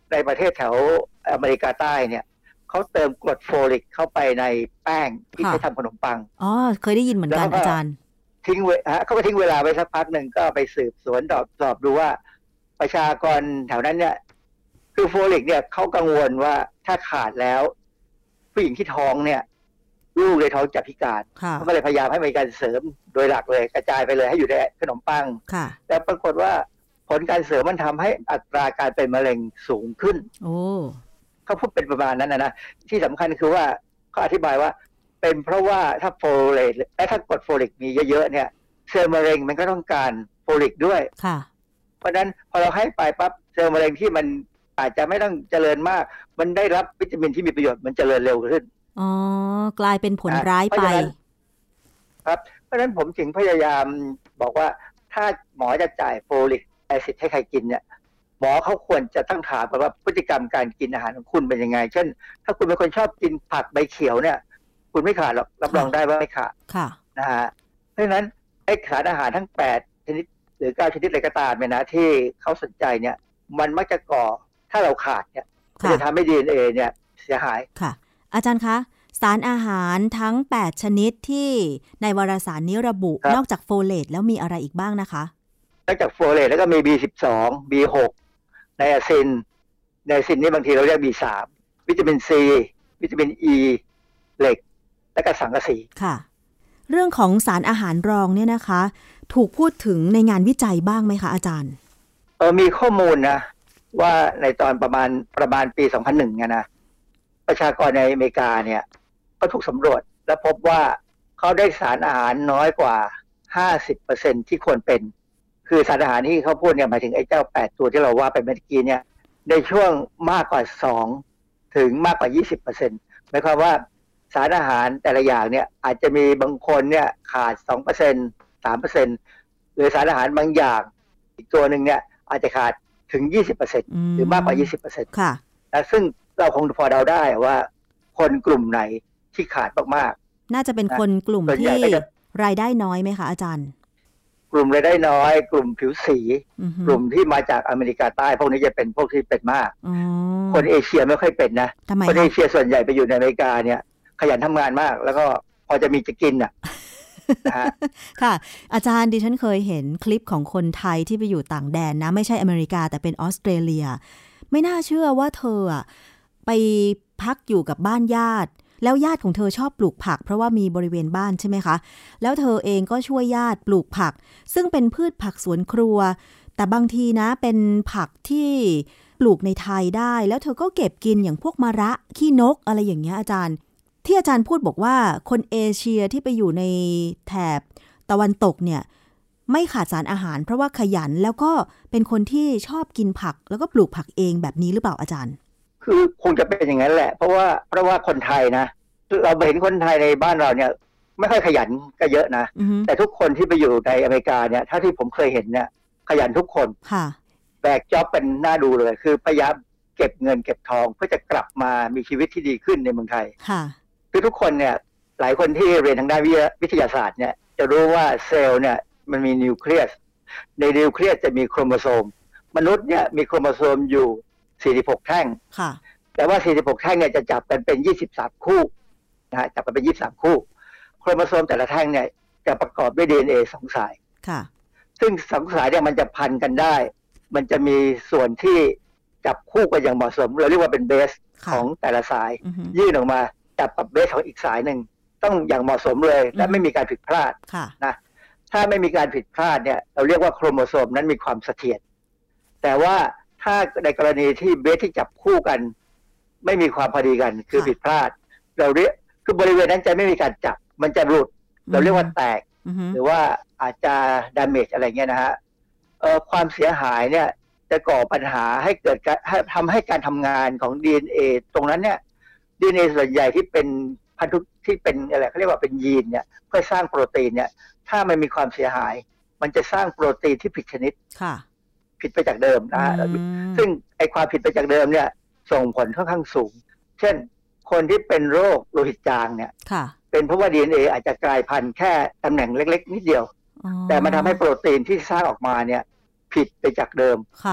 ในประเทศแถวอเมริกาใต้เนี่ยเขาเติมกรดโฟลิกเข้าไปในแป้งที่ใช้ทำขนมปังอ๋อเคยได้ยินเหมือนกันอาจารย์ทิ้งเวลาเขาก็ทิ้งเวลาไว้สักพักหนึ่งก็ไปสืบสวนสอบดูว่าประชากรแถวนั้นเนี่ยคือโฟลิกเนี่ยเขากังวลว่าถ้าขาดแล้วผู้หญิงที่ท้องเนี่ยลูกในท้องจะพิการเขาก็เลยพยายามให้มีการเสริมโดยหลักเลยกระจายไปเลยให้อยู่ในขนมปังแต่ปรากฏว่าผลการเสริมมันทำให้อัตราการเป็นมะเร็งสูงขึ้นโอ้เขาพูดเป็นประมาณนั้นนะนะที่สำคัญคือว่าเขาอธิบายว่าเป็นเพราะว่าถ้าโฟลิกและถ้ากรดโฟลิกมีเยอะๆเนี่ยเซลล์มะเร็งมันก็ต้องการโฟลิกด้วยเพราะฉะนั้นพอเราให้ไปปั๊บเซลล์มะเร็งที่มันอาจจะไม่ต้องเจริญมากมันได้รับวิตามินที่มีประโยชน์มันเจริญเร็วขึ้นอ๋อกลายเป็นผลร้ายไปครับเพราะฉะนั้นผมถึงพยายามบอกว่าถ้าหมอจะจ่ายโฟลิกแอซิดให้ใครกินเนี่ยหมอเขาควรจะต้องถามว่าพฤติกรรมการกินอาหารของคุณเป็นยังไงเช่นถ้าคุณเป็นคนชอบกินผักใบเขียวเนี่ยคุณไม่ขาดหรอกรับรองได้ว่าไม่ขาดนะฮะเพราะฉะนั้นไอ้สารอาหารทั้งแปดชนิดหรือเก้าชนิดอะไรก็ตามเนี่ยนะที่เขาสนใจเนี่ยมันมักจะก่อถ้าเราขาดเนี่ยจะทำให้ ดี เอ็น เอ เนี่ยเสียหายค่ะอาจารย์คะสารอาหารทั้งแปดชนิดที่ในวารสารนี้ระบุนอกจากโฟเลตแล้วมีอะไรอีกบ้างนะคะนอกจากโฟเลตแล้วก็มี บี สิบสอง บี หก ไนอาซินไนอาซินนี่บางทีเราเรียก บี สาม วิตามิน C วิตามิน E เหล็กและก็สังกะสีค่ะเรื่องของสารอาหารรองเนี่ยนะคะถูกพูดถึงในงานวิจัยบ้างไหมคะอาจารย์เออมีข้อมูลนะว่าในตอนประมาณประมาณปีสองพันหนึ่งเนี่ยนะประชากรในอเมริกาเนี่ยก็ถูกสำรวจและพบว่าเขาได้สารอาหารน้อยกว่า ห้าสิบเปอร์เซ็นต์ ที่ควรเป็นคือสารอาหารที่เขาพูดเนี่ยหมายถึงไอ้เจ้าแปดตัวที่เราว่าไปเมื่อกี้เนี่ยในช่วงมากกว่าสองถึงมากกว่า ยี่สิบเปอร์เซ็นต์ หมายความว่าสารอาหารแต่ละอย่างเนี่ยอาจจะมีบางคนเนี่ยขาด สองเปอร์เซ็นต์ สามเปอร์เซ็นต์ หรือสารอาหารบางอย่างอีกตัวนึงเนี่ยอาจจะขาดถึง ยี่สิบเปอร์เซ็นต์ หรือมากกว่า ยี่สิบเปอร์เซ็นต์ค่ะแต่ซึ่งเราคงพอเดาได้ว่าคนกลุ่มไหนที่ขาดมากๆน่าจะเป็นคนกลุ่มที่รายได้น้อยไหมคะอาจารย์กลุ่มรายได้น้อยกลุ่มผิวสีกลุ่มที่มาจากอเมริกาใต้พวกนี้จะเป็นพวกที่เป็นมากคนเอเชียไม่ค่อยเป็นนะคนเอเชียส่วนใหญ่ไปอยู่ในอเมริกาเนี่ยขยันทำงานมากแล้วก็พอจะมีจะกินอ่ะนะฮะค่ะอาจารย์ดิฉันเคยเห็นคลิปของคนไทยที่ไปอยู่ต่างแดนนะไม่ใช่อเมริกาแต่เป็นออสเตรเลียไม่น่าเชื่อว่าเธออ่ะไปพักอยู่กับบ้านญาติแล้วญาติของเธอชอบปลูกผักเพราะว่ามีบริเวณบ้านใช่ไหมคะแล้วเธอเองก็ช่วยญาติปลูกผักซึ่งเป็นพืชผักสวนครัวแต่บางทีนะเป็นผักที่ปลูกในไทยได้แล้วเธอก็เก็บกินอย่างพวกมะระขี้นกอะไรอย่างเงี้ยอาจารย์ที่อาจารย์พูดบอกว่าคนเอเชียที่ไปอยู่ในแถบตะวันตกเนี่ยไม่ขาดสารอาหารเพราะว่าขยันแล้วก็เป็นคนที่ชอบกินผักแล้วก็ปลูกผักเองแบบนี้หรือเปล่าอาจารย์คือคงจะเป็นอย่างนั้นแหละเพราะว่าเพราะว่าคนไทยนะเราเห็นคนไทยในบ้านเราเนี่ยไม่ค่อยขยันก็เยอะนะ uh-huh. แต่ทุกคนที่ไปอยู่ในอเมริกาเนี่ยถ้าที่ผมเคยเห็นเนี่ยขยันทุกคนแบกจ็อบเป็นหน้าดูเลยคือพยายามเก็บเงินเก็บทองเพื่อจะกลับมามีชีวิตที่ดีขึ้นในเมืองไทยคือทุกคนเนี่ยหลายคนที่เรียนทางด้านวิทยาศาสตร์เนี่ยจะรู้ว่าเซลล์เนี่ยมันมีนิวเคลียสในนิวเคลียสจะมีโครโมโซมมนุษย์เนี่ยมีโครโมโซมอยู่สี่สิบหกแท่งแต่ว่าสี่สิบหกแท่งเนี่ยจะจับกันเป็นยี่สิบสามคู่นะฮะจับกันเป็นยี่สิบสามคู่โครโมโซมแต่ละแท่งเนี่ยจะประกอบด้วย ดี เอ็น เอ สองสายค่ะซึ่งสองสายเนี่ยมันจะพันกันได้มันจะมีส่วนที่จับคู่กันอย่างเหมาะสมเราเรียกว่าเป็นเบสของแต่ละสายยื่นออกมาจับกับเบสของอีกสายนึงต้องอย่างเหมาะสมเลยและไม่มีการผิดพลาดนะถ้าไม่มีการผิดพลาดเนี่ยเราเรียกว่าโครโมโซมนั้นมีความเสถียรแต่ว่าถ้าในกรณีที่เบสที่จับคู่กันไม่มีความพอดีกันคือผิดพลาดเราเรียกคือบริเวณนั้นจะไม่มีการจับมันจะหลุดเราเรียกว่าแตกหรือว่าอาจจะ damage อะไรเงี้ยนะฮะเอ่อความเสียหายเนี่ยจะก่อปัญหาให้เกิดให้ทำให้การทำงานของ ดี เอ็น เอ ตรงนั้นเนี่ย ดี เอ็น เอ ส่วนใหญ่ที่เป็นพันธุที่เป็นอะไรเขาเรียกว่าเป็นยีนเนี่ยเพื่อสร้างโปรตีนเนี่ยถ้ามันมีความเสียหายมันจะสร้างโปรตีนที่ผิดชนิดผิดไปจากเดิมนะฮะซึ่งไอความผิดไปจากเดิมเนี่ยส่งผลค่อนข้างสูงเช่นคนที่เป็นโรคโลหิตจางเนี่ยเป็นเพราะว่า ดี เอ็น เอ อาจจะกลายพันธุ์แค่ตำแหน่งเล็กๆนิดเดียวแต่มันทำให้โปรตีนที่สร้างออกมาเนี่ยผิดไปจากเดิม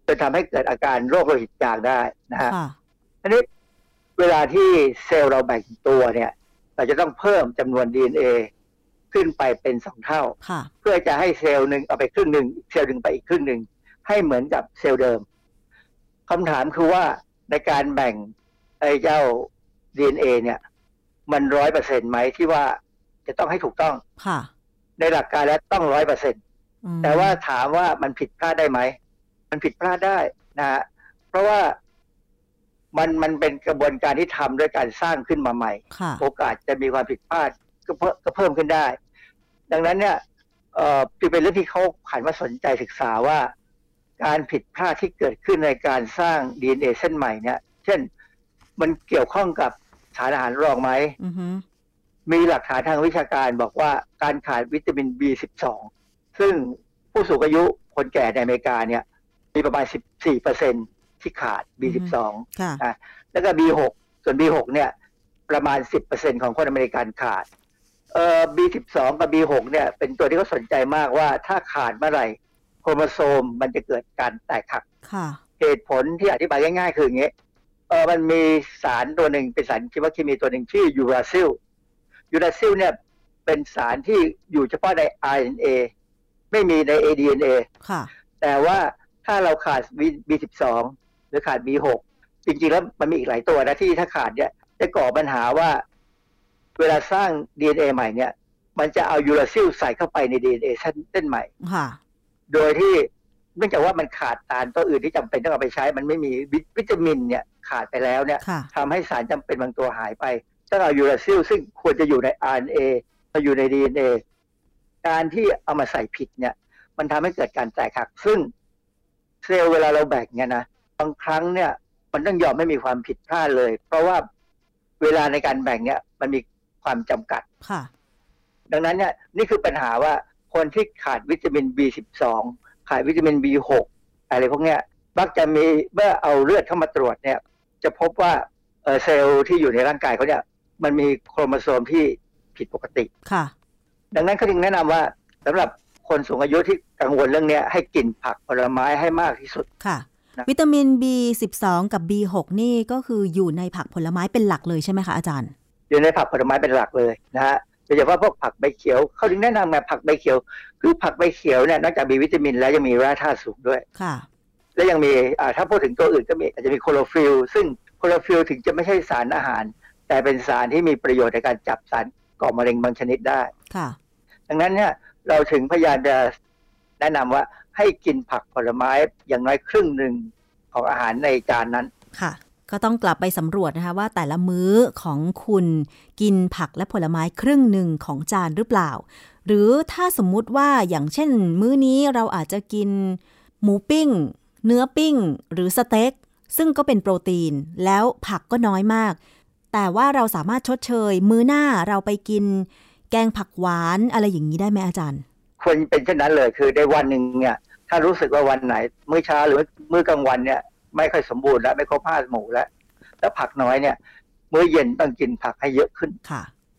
จะทำให้เกิดอาการโรคโลหิตจางได้นะฮะอันนี้เวลาที่เซลล์เราแบ่งตัวเนี่ยเราจะต้องเพิ่มจำนวน ดี เอ็น เอ ขึ้นไปเป็นสองเท่าเพื่อจะให้เซลล์หนึ่งเอาไปครึ่งหนึ่งเซลล์หนึ่งไปอีกครึ่งหนึ่งให้เหมือนกับเซลล์เดิมคำถามคือว่าในการแบ่งไอ้เจ้า ดี เอ็น เอ เนี่ยมันร้อยเปอร์เซ็นต์ไหมที่ว่าจะต้องให้ถูกต้องในหลักการแล้วต้องร้อยเปอร์เซ็นต์แต่ว่าถามว่ามันผิดพลาดได้ไหมมันผิดพลาดได้นะฮะเพราะว่ามันมันเป็นกระบวนการที่ทำด้วยการสร้างขึ้นมาใหม่โอกาสจะมีความผิดพลาดก็เพิ่มก็เพิ่มขึ้นได้ดังนั้นเนี่ยเอ่อเป็นเรื่องที่เขาหันมาสนใจศึกษาว่าการผิดพลาดที่เกิดขึ้นในการสร้าง ดี เอ็น เอ เส้นใหม่เนี่ยเช่นมันเกี่ยวข้องกับสารอาหารรองไหม mm-hmm. มีหลักฐานทางวิชาการบอกว่าการขาดวิตามิน บี สิบสอง ซึ่งผู้สูงอายุคนแก่ในอเมริกาเนี่ยมีประมาณ สิบสี่เปอร์เซ็นต์ ที่ขาด บี สิบสอง mm-hmm. นะแล้วก็ บี หก ส่วน บี หก เนี่ยประมาณ สิบเปอร์เซ็นต์ ของคนอเมริกันขาดเอ่อ บี สิบสอง กับ บี หก เนี่ยเป็นตัวที่เขาสนใจมากว่าถ้าขาดเมื่อไหร่โครโมโซมมันจะเกิดการแตกหักเหตุผลที่อธิบายง่ายๆคืออย่างนี้เออมันมีสารตัวหนึ่งเป็นสารชีวเคมีตัวหนึ่งชื่อยูราซิลยูราซิลเนี่ยเป็นสารที่อยู่เฉพาะใน อาร์ เอ็น เอ ไม่มีใน ดี เอ็น เอค่ะแต่ว่าถ้าเราขาด บี สิบสอง หรือขาด บี หก จริงๆแล้วมันมีอีกหลายตัวนะที่ถ้าขาดเนี่ยจะก่อปัญหาว่าเวลาสร้าง ดี เอ็น เอ ใหม่เนี่ยมันจะเอายูราซิลใส่เข้าไปใน ดี เอ็น เอ เส้นใหม่ค่ะโดยที่เนื่องจากว่ามันขาดสารตัวอื่นที่จำเป็นต้องเอาไปใช้มันไม่มีวิตามินเนี่ยขาดไปแล้วเนี่ยทำให้สารจำเป็นบางตัวหายไปต้องเอายูราซิลซึ่งควรจะอยู่ใน อาร์ เอ็น เอ มาอยู่ใน ดี เอ็น เอ การที่เอามาใส่ผิดเนี่ยมันทำให้เกิดการแตกหักซึ่งเซลล์เวลาเราแบ่งเนี่ยนะบางครั้งเนี่ยมันต้องยอมไม่มีความผิดพลาดเลยเพราะว่าเวลาในการแบ่งเนี่ยมันมีความจำกัดค่ะดังนั้นเนี่ยนี่คือปัญหาว่าคนที่ขาดวิตามิน บี สิบสอง ขาดวิตามิน บี หก อะไรพวกเนี้ยมักจะมีเมื่อเอาเลือดเข้ามาตรวจเนี่ยจะพบว่าเอ่อเซลล์ที่อยู่ในร่างกายเขาเนี่ยมันมีโครโมโซมที่ผิดปกติค่ะดังนั้นเขาจึงแนะนำว่าสำหรับคนสูงอายุที่กังวลเรื่องนี้ให้กินผักผลไม้ให้มากที่สุดค่ะวิตามิน บี สิบสอง กับ บี หก นี่ก็คืออยู่ในผักผลไม้เป็นหลักเลยใช่ไหมคะอาจารย์อยู่ในผักผลไม้เป็นหลักเลยนะฮะโดยเฉพาะพวกผักใบเขียวเขาถึงแนะนำไงผักใบเขียวคือผักใบเขียวเนี่ยนอกจากมีวิตามินแล้วยังมีแร่ธาตุสูงด้วยค่ะและยังมีอ่าถ้าพูดถึงตัวอื่นก็มีอาจจะมีโคโรฟิลซึ่งโคโรฟิลถึงจะไม่ใช่สารอาหารแต่เป็นสารที่มีประโยชน์ในการจับสารก่อมะเร็งบางชนิดได้ค่ะดังนั้นเนี่ยเราถึงพยายามจะแนะนำว่าให้กินผักผลไม้อย่างน้อยครึ่งหนึ่งของอาหารในจานนั้นค่ะก็ต้องกลับไปสำรวจนะคะว่าแต่ละมื้อของคุณกินผักและผลไม้ครึ่งหนึ่งของจานหรือเปล่าหรือถ้าสมมุติว่าอย่างเช่นมื้อนี้เราอาจจะกินหมูปิ้งเนื้อปิ้งหรือสเต็กซึ่งก็เป็นโปรตีนแล้วผักก็น้อยมากแต่ว่าเราสามารถชดเชยมื้อหน้าเราไปกินแกงผักหวานอะไรอย่างนี้ได้ไหมอาจารย์ควรเป็นเช่นนั้นเลยคือในวันหนึ่งเนี่ยถ้ารู้สึกว่าวันไหนมื้อเช้าหรือมื้อกลางวันเนี่ยไม่ค่อยสมบูรณ์แล้วไม่ครบห้าหมู่แล้วแล้วผักน้อยเนี่ยมื้อเย็นต้องกินผักให้เยอะขึ้นค่ะ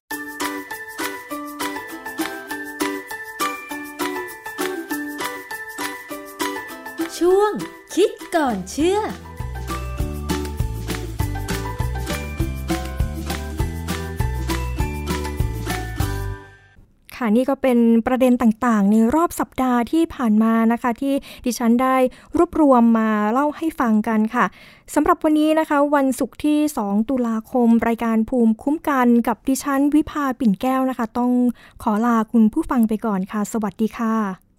ช่วงคิดก่อนเชื่อค่ะนี่ก็เป็นประเด็นต่างๆในรอบสัปดาห์ที่ผ่านมานะคะที่ดิฉันได้รวบรวมมาเล่าให้ฟังกันค่ะสำหรับวันนี้นะคะวันศุกร์ที่สองตุลาคมรายการภูมิคุ้มกันกับดิฉันวิภาปิ่นแก้วนะคะต้องขอลาคุณผู้ฟังไปก่อนค่ะสวัสดีค่ะ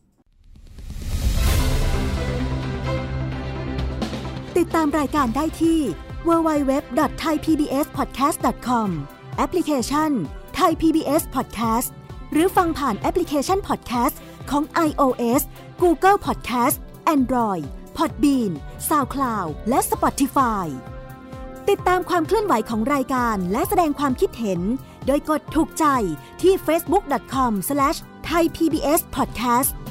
ติดตามรายการได้ที่ ดับเบิลยู ดับเบิลยู ดับเบิลยู ดอท ไทย พี บี เอส พอดแคสต์ ดอท คอม แอปพลิเคชัน Thai พี บี เอส Podcast หรือฟังผ่านแอปพลิเคชัน Podcast ของ iOS Google Podcast Android Podbean SoundCloud และ Spotify ติดตามความเคลื่อนไหวของรายการและแสดงความคิดเห็นโดยกดถูกใจที่ เฟซบุ๊ก ดอท คอม สแลช ไทย พี บี เอส พอดแคสต์